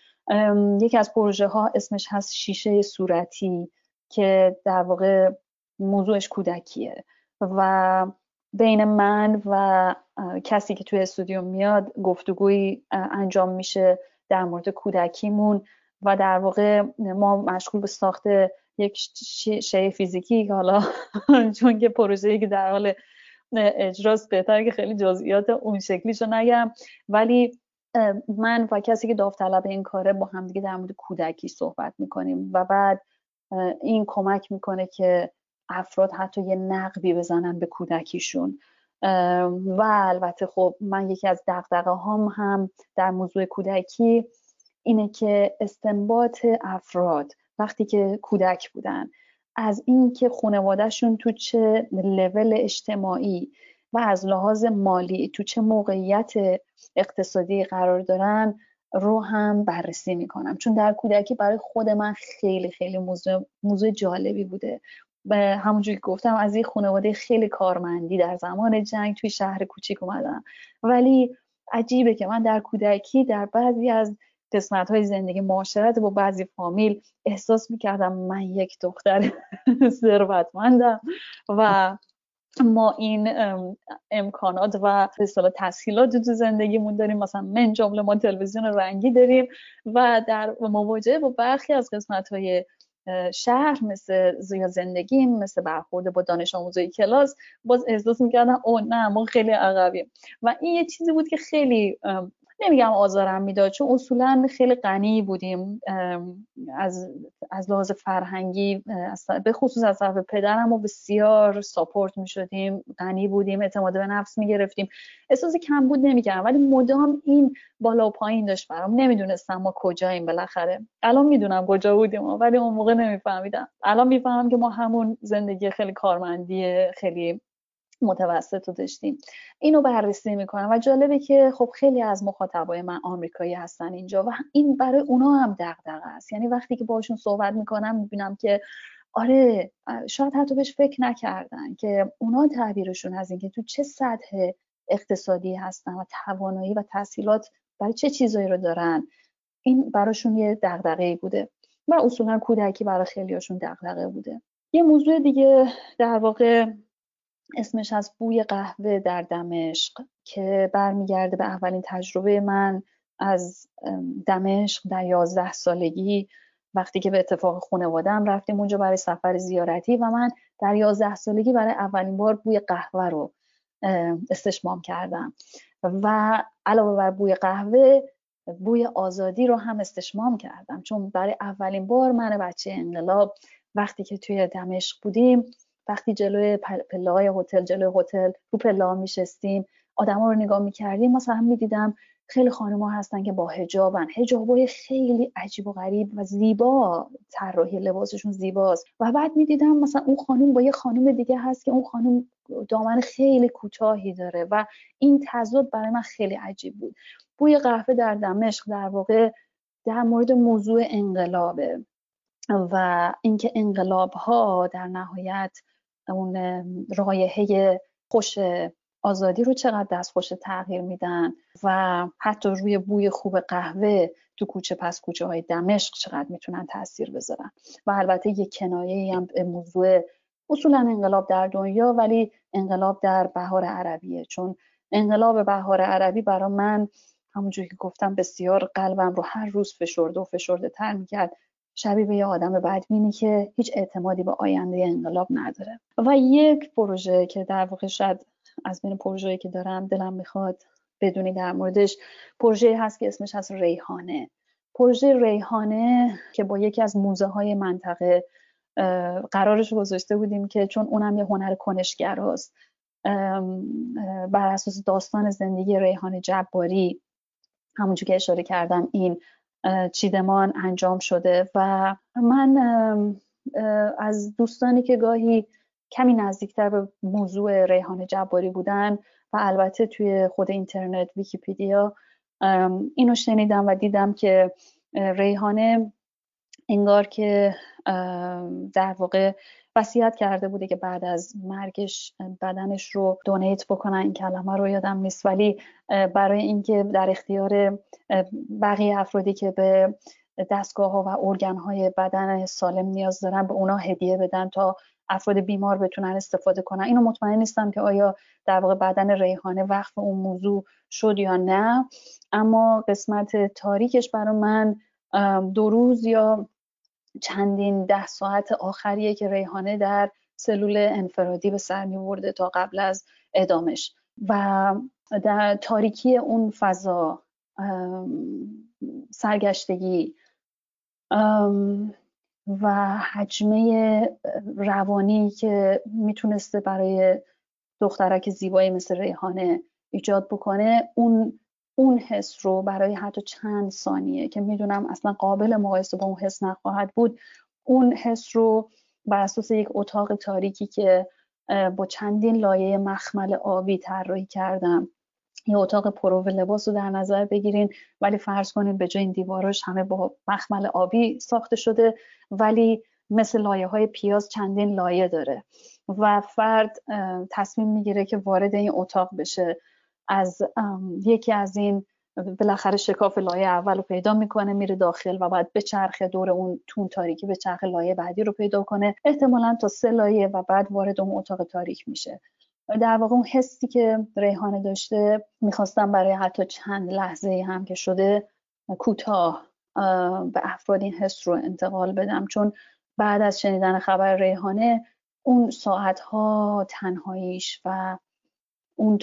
یکی از پروژه ها اسمش هست شیشه صورتی که در واقع موضوعش کودکیه و بین من و کسی که توی استودیو میاد گفتگویی انجام میشه در مورد کودکیمون و در واقع ما مشغول به ساخت یک شی فیزیکی که حالا چون که پروژه‌ای که در حال اجراست بهتره که خیلی جزئیات اون شکلیشو نگم، ولی من و کسی که داوطلب این کاره با هم دیگه در مورد کودکی صحبت میکنیم و بعد این کمک میکنه که افراد حتی یه نقبی بزنن به کودکیشون. و البته خب من یکی از دغدغه‌هام هم در موضوع کودکی اینه که استنباط افراد وقتی که کودک بودن از این که خانواده‌شون تو چه لول اجتماعی و از لحاظ مالی تو چه موقعیت اقتصادی قرار دارن رو هم بررسی میکنم، چون در کودکی برای خود من خیلی خیلی موضوع جالبی بوده. به همونجوری که گفتم از یک خانواده خیلی کارمندی در زمان جنگ توی شهر کوچیک اومدم، ولی عجیبه که من در کودکی در بعضی از قسمت‌های زندگی معاشرت با بعضی فامیل احساس میکردم من یک دختر ثروتمندم و ما این امکانات و به اصطلاح تسهیلات تو زندگیمون داریم، مثلا من جمله ما تلویزیون رنگی داریم و در مواجهه با برخی از قسمت‌های شهر مثل زندگی مثل برخورد با دانش آموزای کلاس باز احساس میکردم او نه ما خیلی عقبیم و این یه چیزی بود که خیلی نمیگم آزارم میداد، چون اصولا خیلی غنی بودیم از لحاظ فرهنگی، به خصوص از طرف پدرم و بسیار ساپورت میشدیم، غنی بودیم، اعتماد به نفس میگرفتیم، احساس کمبود نمیکردم، ولی مدام این بالا و پایین داشت برام، نمیدونستم ما کجاییم. بالاخره الان میدونم کجا بودیم ولی اون موقع نمیفهمیدم. الان میفهمم که ما همون زندگی خیلی کارمندی خیلی متوسط رو داشتیم. اینو بررسی میکنم و جالبه که خب خیلی از مخاطبای من آمریکایی هستن اینجا و این برای اونا هم دغدغه است. یعنی وقتی که باشون صحبت میکنم میبینم که آره شاید حتی بهش فکر نکردن که اونا تعبیرشون از این که تو چه سطح اقتصادی هستن و توانایی و تحصیلات برای چه چیزایی رو دارن، این براشون یه دغدغه‌ای بوده و اصولا کودکی برای خیلیاشون دغدغه بوده. یه موضوع دیگه در واقع اسمش از بوی قهوه در دمشق که برمیگرده به اولین تجربه من از دمشق در 11 سالگی، وقتی که به اتفاق خانواده‌ام رفتیم اونجا برای سفر زیارتی و من در 11 سالگی برای اولین بار بوی قهوه رو استشمام کردم و علاوه بر بوی قهوه بوی آزادی رو هم استشمام کردم، چون برای اولین بار من بچه انقلاب وقتی که توی دمشق بودیم، وقتی جلوی پله‌های هتل، جلوی هتل رو پله‌ها میشستیم، آدما رو نگاه می‌کردیم، مثلا می‌دیدم خیلی خانم‌ها هستن که با حجابن، حجابای خیلی عجیب و غریب و زیبا، طراحی لباسشون زیباست و بعد می‌دیدم مثلا اون خانم با یه خانم دیگه هست که اون خانم دامن خیلی کوتاهی داره و این تضاد برای من خیلی عجیب بود. بوی قهوه در دمشق در واقع در مورد موضوع انقلابه و اینکه انقلاب‌ها در نهایت اون رایحه خوش آزادی رو چقدر دستخوش تغییر میدن و حتی روی بوی خوب قهوه تو کوچه پس کوچه های دمشق چقدر میتونن تاثیر بذارن. و البته یک کنایه‌ای هم به موضوع اصولا انقلاب در دنیا، ولی انقلاب در بهار عربیه، چون انقلاب بهار عربی برای من همونجوری که گفتم بسیار قلبم رو هر روز فشرده تر میکرد، شبیه به یه آدم بدبینی که هیچ اعتمادی به آینده انقلاب نداره. و یک پروژه که در واقع شاید از بین پروژه‌ای که دارم دلم میخواد بدونی در موردش، پروژه هست که اسمش هست ریحانه. پروژه ریحانه که با یکی از موزه های منطقه قرارش گذاشته بودیم که چون اونم یه هنر کنشگراست، بر اساس داستان زندگی ریحانه جباری همونجور که اشاره کردم این چیدمان انجام شده و من از دوستانی که گاهی کمی نزدیکتر به موضوع ریحانه جباری بودن و البته توی خود اینترنت ویکیپدیا اینو شنیدم و دیدم که ریحانه انگار که در واقع وصیت کرده بوده که بعد از مرگش بدنش رو دونیت بکنن. این کلمه رو یادم نیست، ولی برای اینکه در اختیار بقیه افرادی که به دستگاه ها و ارگان های بدن سالم نیاز دارن به اونا هدیه بدن تا افراد بیمار بتونن استفاده کنن. اینو مطمئن نیستم که آیا در واقع بدن ریحانه وقف اون موضوع شد یا نه، اما قسمت تاریکش برای من 2 روز یا چندین 10 ساعت آخریه که ریحانه در سلول انفرادی به سر می‌برده تا قبل از اعدامش و در تاریکی اون فضا، سرگشتگی و حجمه روانی که میتونسته برای دخترک زیبایی مثل ریحانه ایجاد بکنه، اون حس رو برای حتی چند ثانیه که میدونم اصلا قابل مقایسه با اون حس نخواهد بود، اون حس رو بر اساس یک اتاق تاریکی که با چندین لایه مخمل آبی طراحی کردم، یه اتاق پرو لباس رو در نظر بگیرین، ولی فرض کنین به جای این دیواراش همه با مخمل آبی ساخته شده، ولی مثل لایه های پیاز چندین لایه داره و فرد تصمیم میگیره که وارد این اتاق بشه. از یکی از این بالاخره شکاف لایه اول رو پیدا میکنه، میره داخل و بعد بچرخه دور اون تون تاریکی، بچرخه لایه بعدی رو پیدا کنه، احتمالاً تا 3 لایه و بعد وارد اون اتاق تاریک میشه. در واقع اون حسی که ریحانه داشته میخواستم برای حتی چند لحظه هم که شده کوتاه به افراد این حس رو انتقال بدم، چون بعد از شنیدن خبر ریحانه اون ساعتها تنهاییش و اون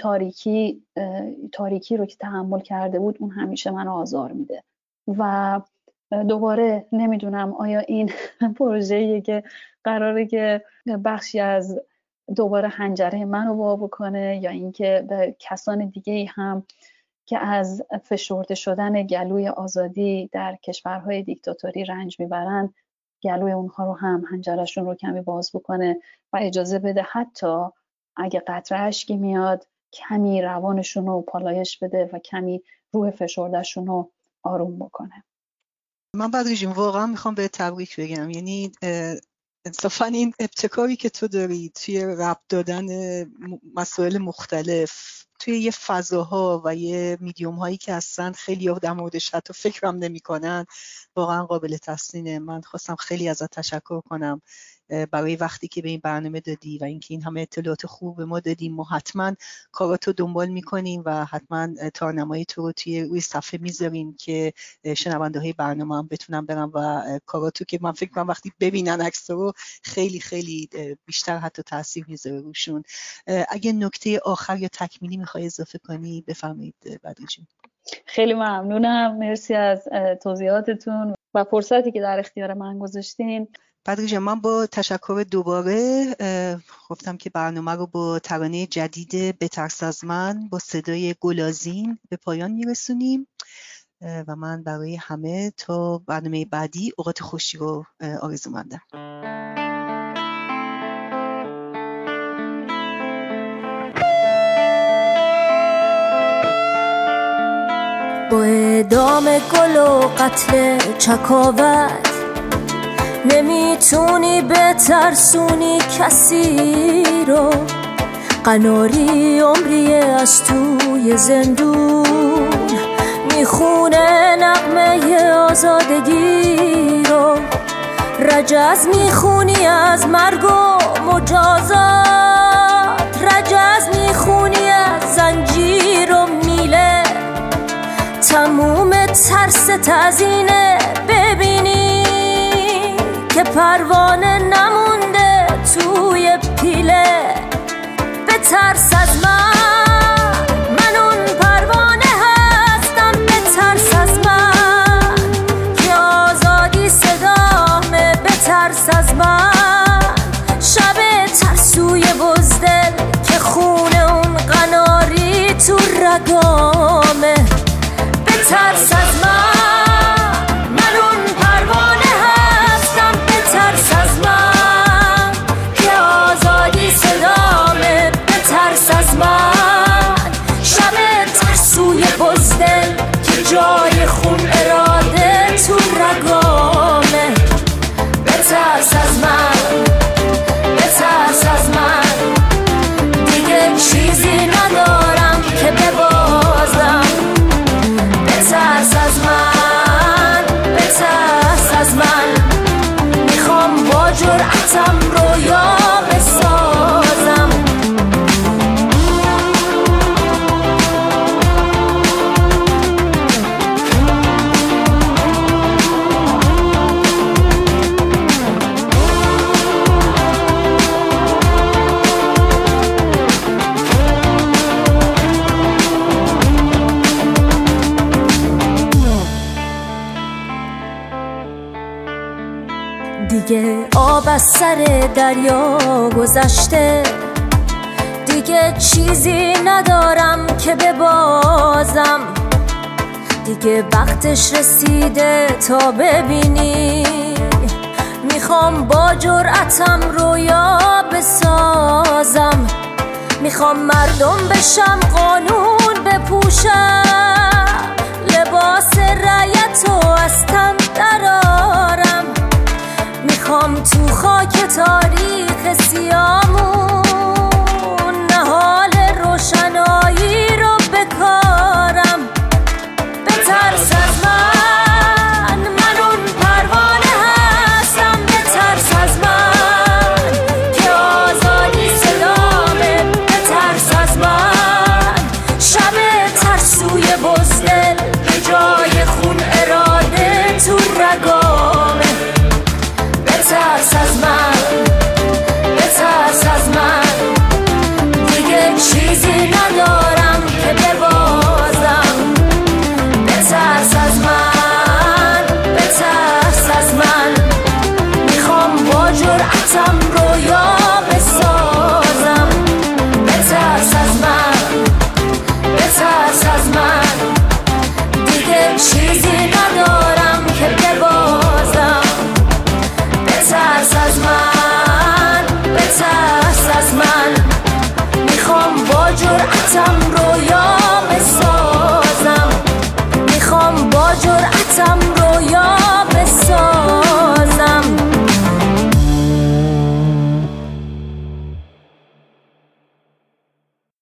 تاریکی رو که تحمل کرده بود، اون همیشه منو آزار میده. و دوباره نمیدونم آیا این پروژه‌ایه که قراره که بخشی از دوباره حنجره منو وا بکنه یا اینکه به کسان دیگه هم که از فشرده شدن گلوی آزادی در کشورهای دیکتاتوری رنج میبرن، گلوی اونها رو هم حنجرشون رو کمی باز بکنه و اجازه بده حتی اگه قطره اشکی میاد کمی روانشون رو پالایش بده و کمی روح فشردهشون رو آروم بکنه. من بدری جون واقعا میخوام به تبریک بگم، یعنی انصافا این ابتکاری که تو داری توی ربط دادن مسائل مختلف توی یه فضاها و یه میدیوم هایی که اصلا خیلی در موردش حتی فکرم نمی کنن واقعا قابل تحسینه. من خواستم خیلی ازت تشکر کنم برای وقتی که به این برنامه دادی و اینکه این همه اطلاعات خوب به ما دادیم. ما حتما کاراتو دنبال میکنیم و حتما تارنمای تو رو روی صفحه میذاریم که شنونده های برنامه هم بتونن برن و کاراتو که من فکر کنم وقتی ببینن عکس رو خیلی خیلی بیشتر حتی تاثیر میذاره روشون. اگه نکته آخر یا تکمیلی میخوای اضافه کنی بفرمایید بدری جون. خیلی ممنونم، مرسی از توضیحاتتون و فرصتی که در اختیار من گذاشتین. بدری جان، من با تشکر دوباره گفتم که برنامه رو با ترانه جدید بترس از من با صدای گلازین به پایان میرسونیم و من برای همه تا برنامه بعدی اوقات خوشی رو آرزومندم. با اعدام گل و قتل چکاوت نمیتونی بترسونی کسی رو. قناری عمریه از توی زندون میخونه نغمه آزادگی رو. رجز میخونی از مرگ و مجازات، رجز میخونی از زنجیر و میله. تموم ترست از اینه ببینی که پروانه نمونده توی پیله. بترس از من اون پروانه هستم. بترس از من که آزادی صدامه. بترس از من شب ترسوی بزدل که خونه اون قناری تو رگامه. بترس از من اون پروانه هستم. بترس از من که آزادی صدامه. بترس از من شب ترسوی بزدل که جای خون اراده تو رگامه. بترس از من، بترس از من، دیگه چیزی ندارم که ببازم. بترس از من، بترس از من، میخوام با جرأتم رویا بسازم. دیگه آب از سر دریا گذشته، دیگه چیزی ندارم که ببازم. دیگه وقتش رسیده تا ببینی میخوام با جرأتم رویا بسازم. میخوام مردم بشم، قانون بپوشم، لباس رعیت و از تن درارم. میخوام تو خاک تاریخ سیامون نهال روشنایی رو بکارم. بترس از من اون پروانه هستم. بترس از من که آزادی صدامه. بترس از من شب ترسوی بزدل به جای خون اراده تو رگامه. بترس از من، بترس از من، دیگه چیزی ندارم که ببازم. بترس از من، بترس از من، میخوام با جرأتم رویا بسازم. بترس از من، بترس از من، دیگه چیزی ندارم که ببازم. بترس از من، بترس از من، میخوام با جرأتم رویا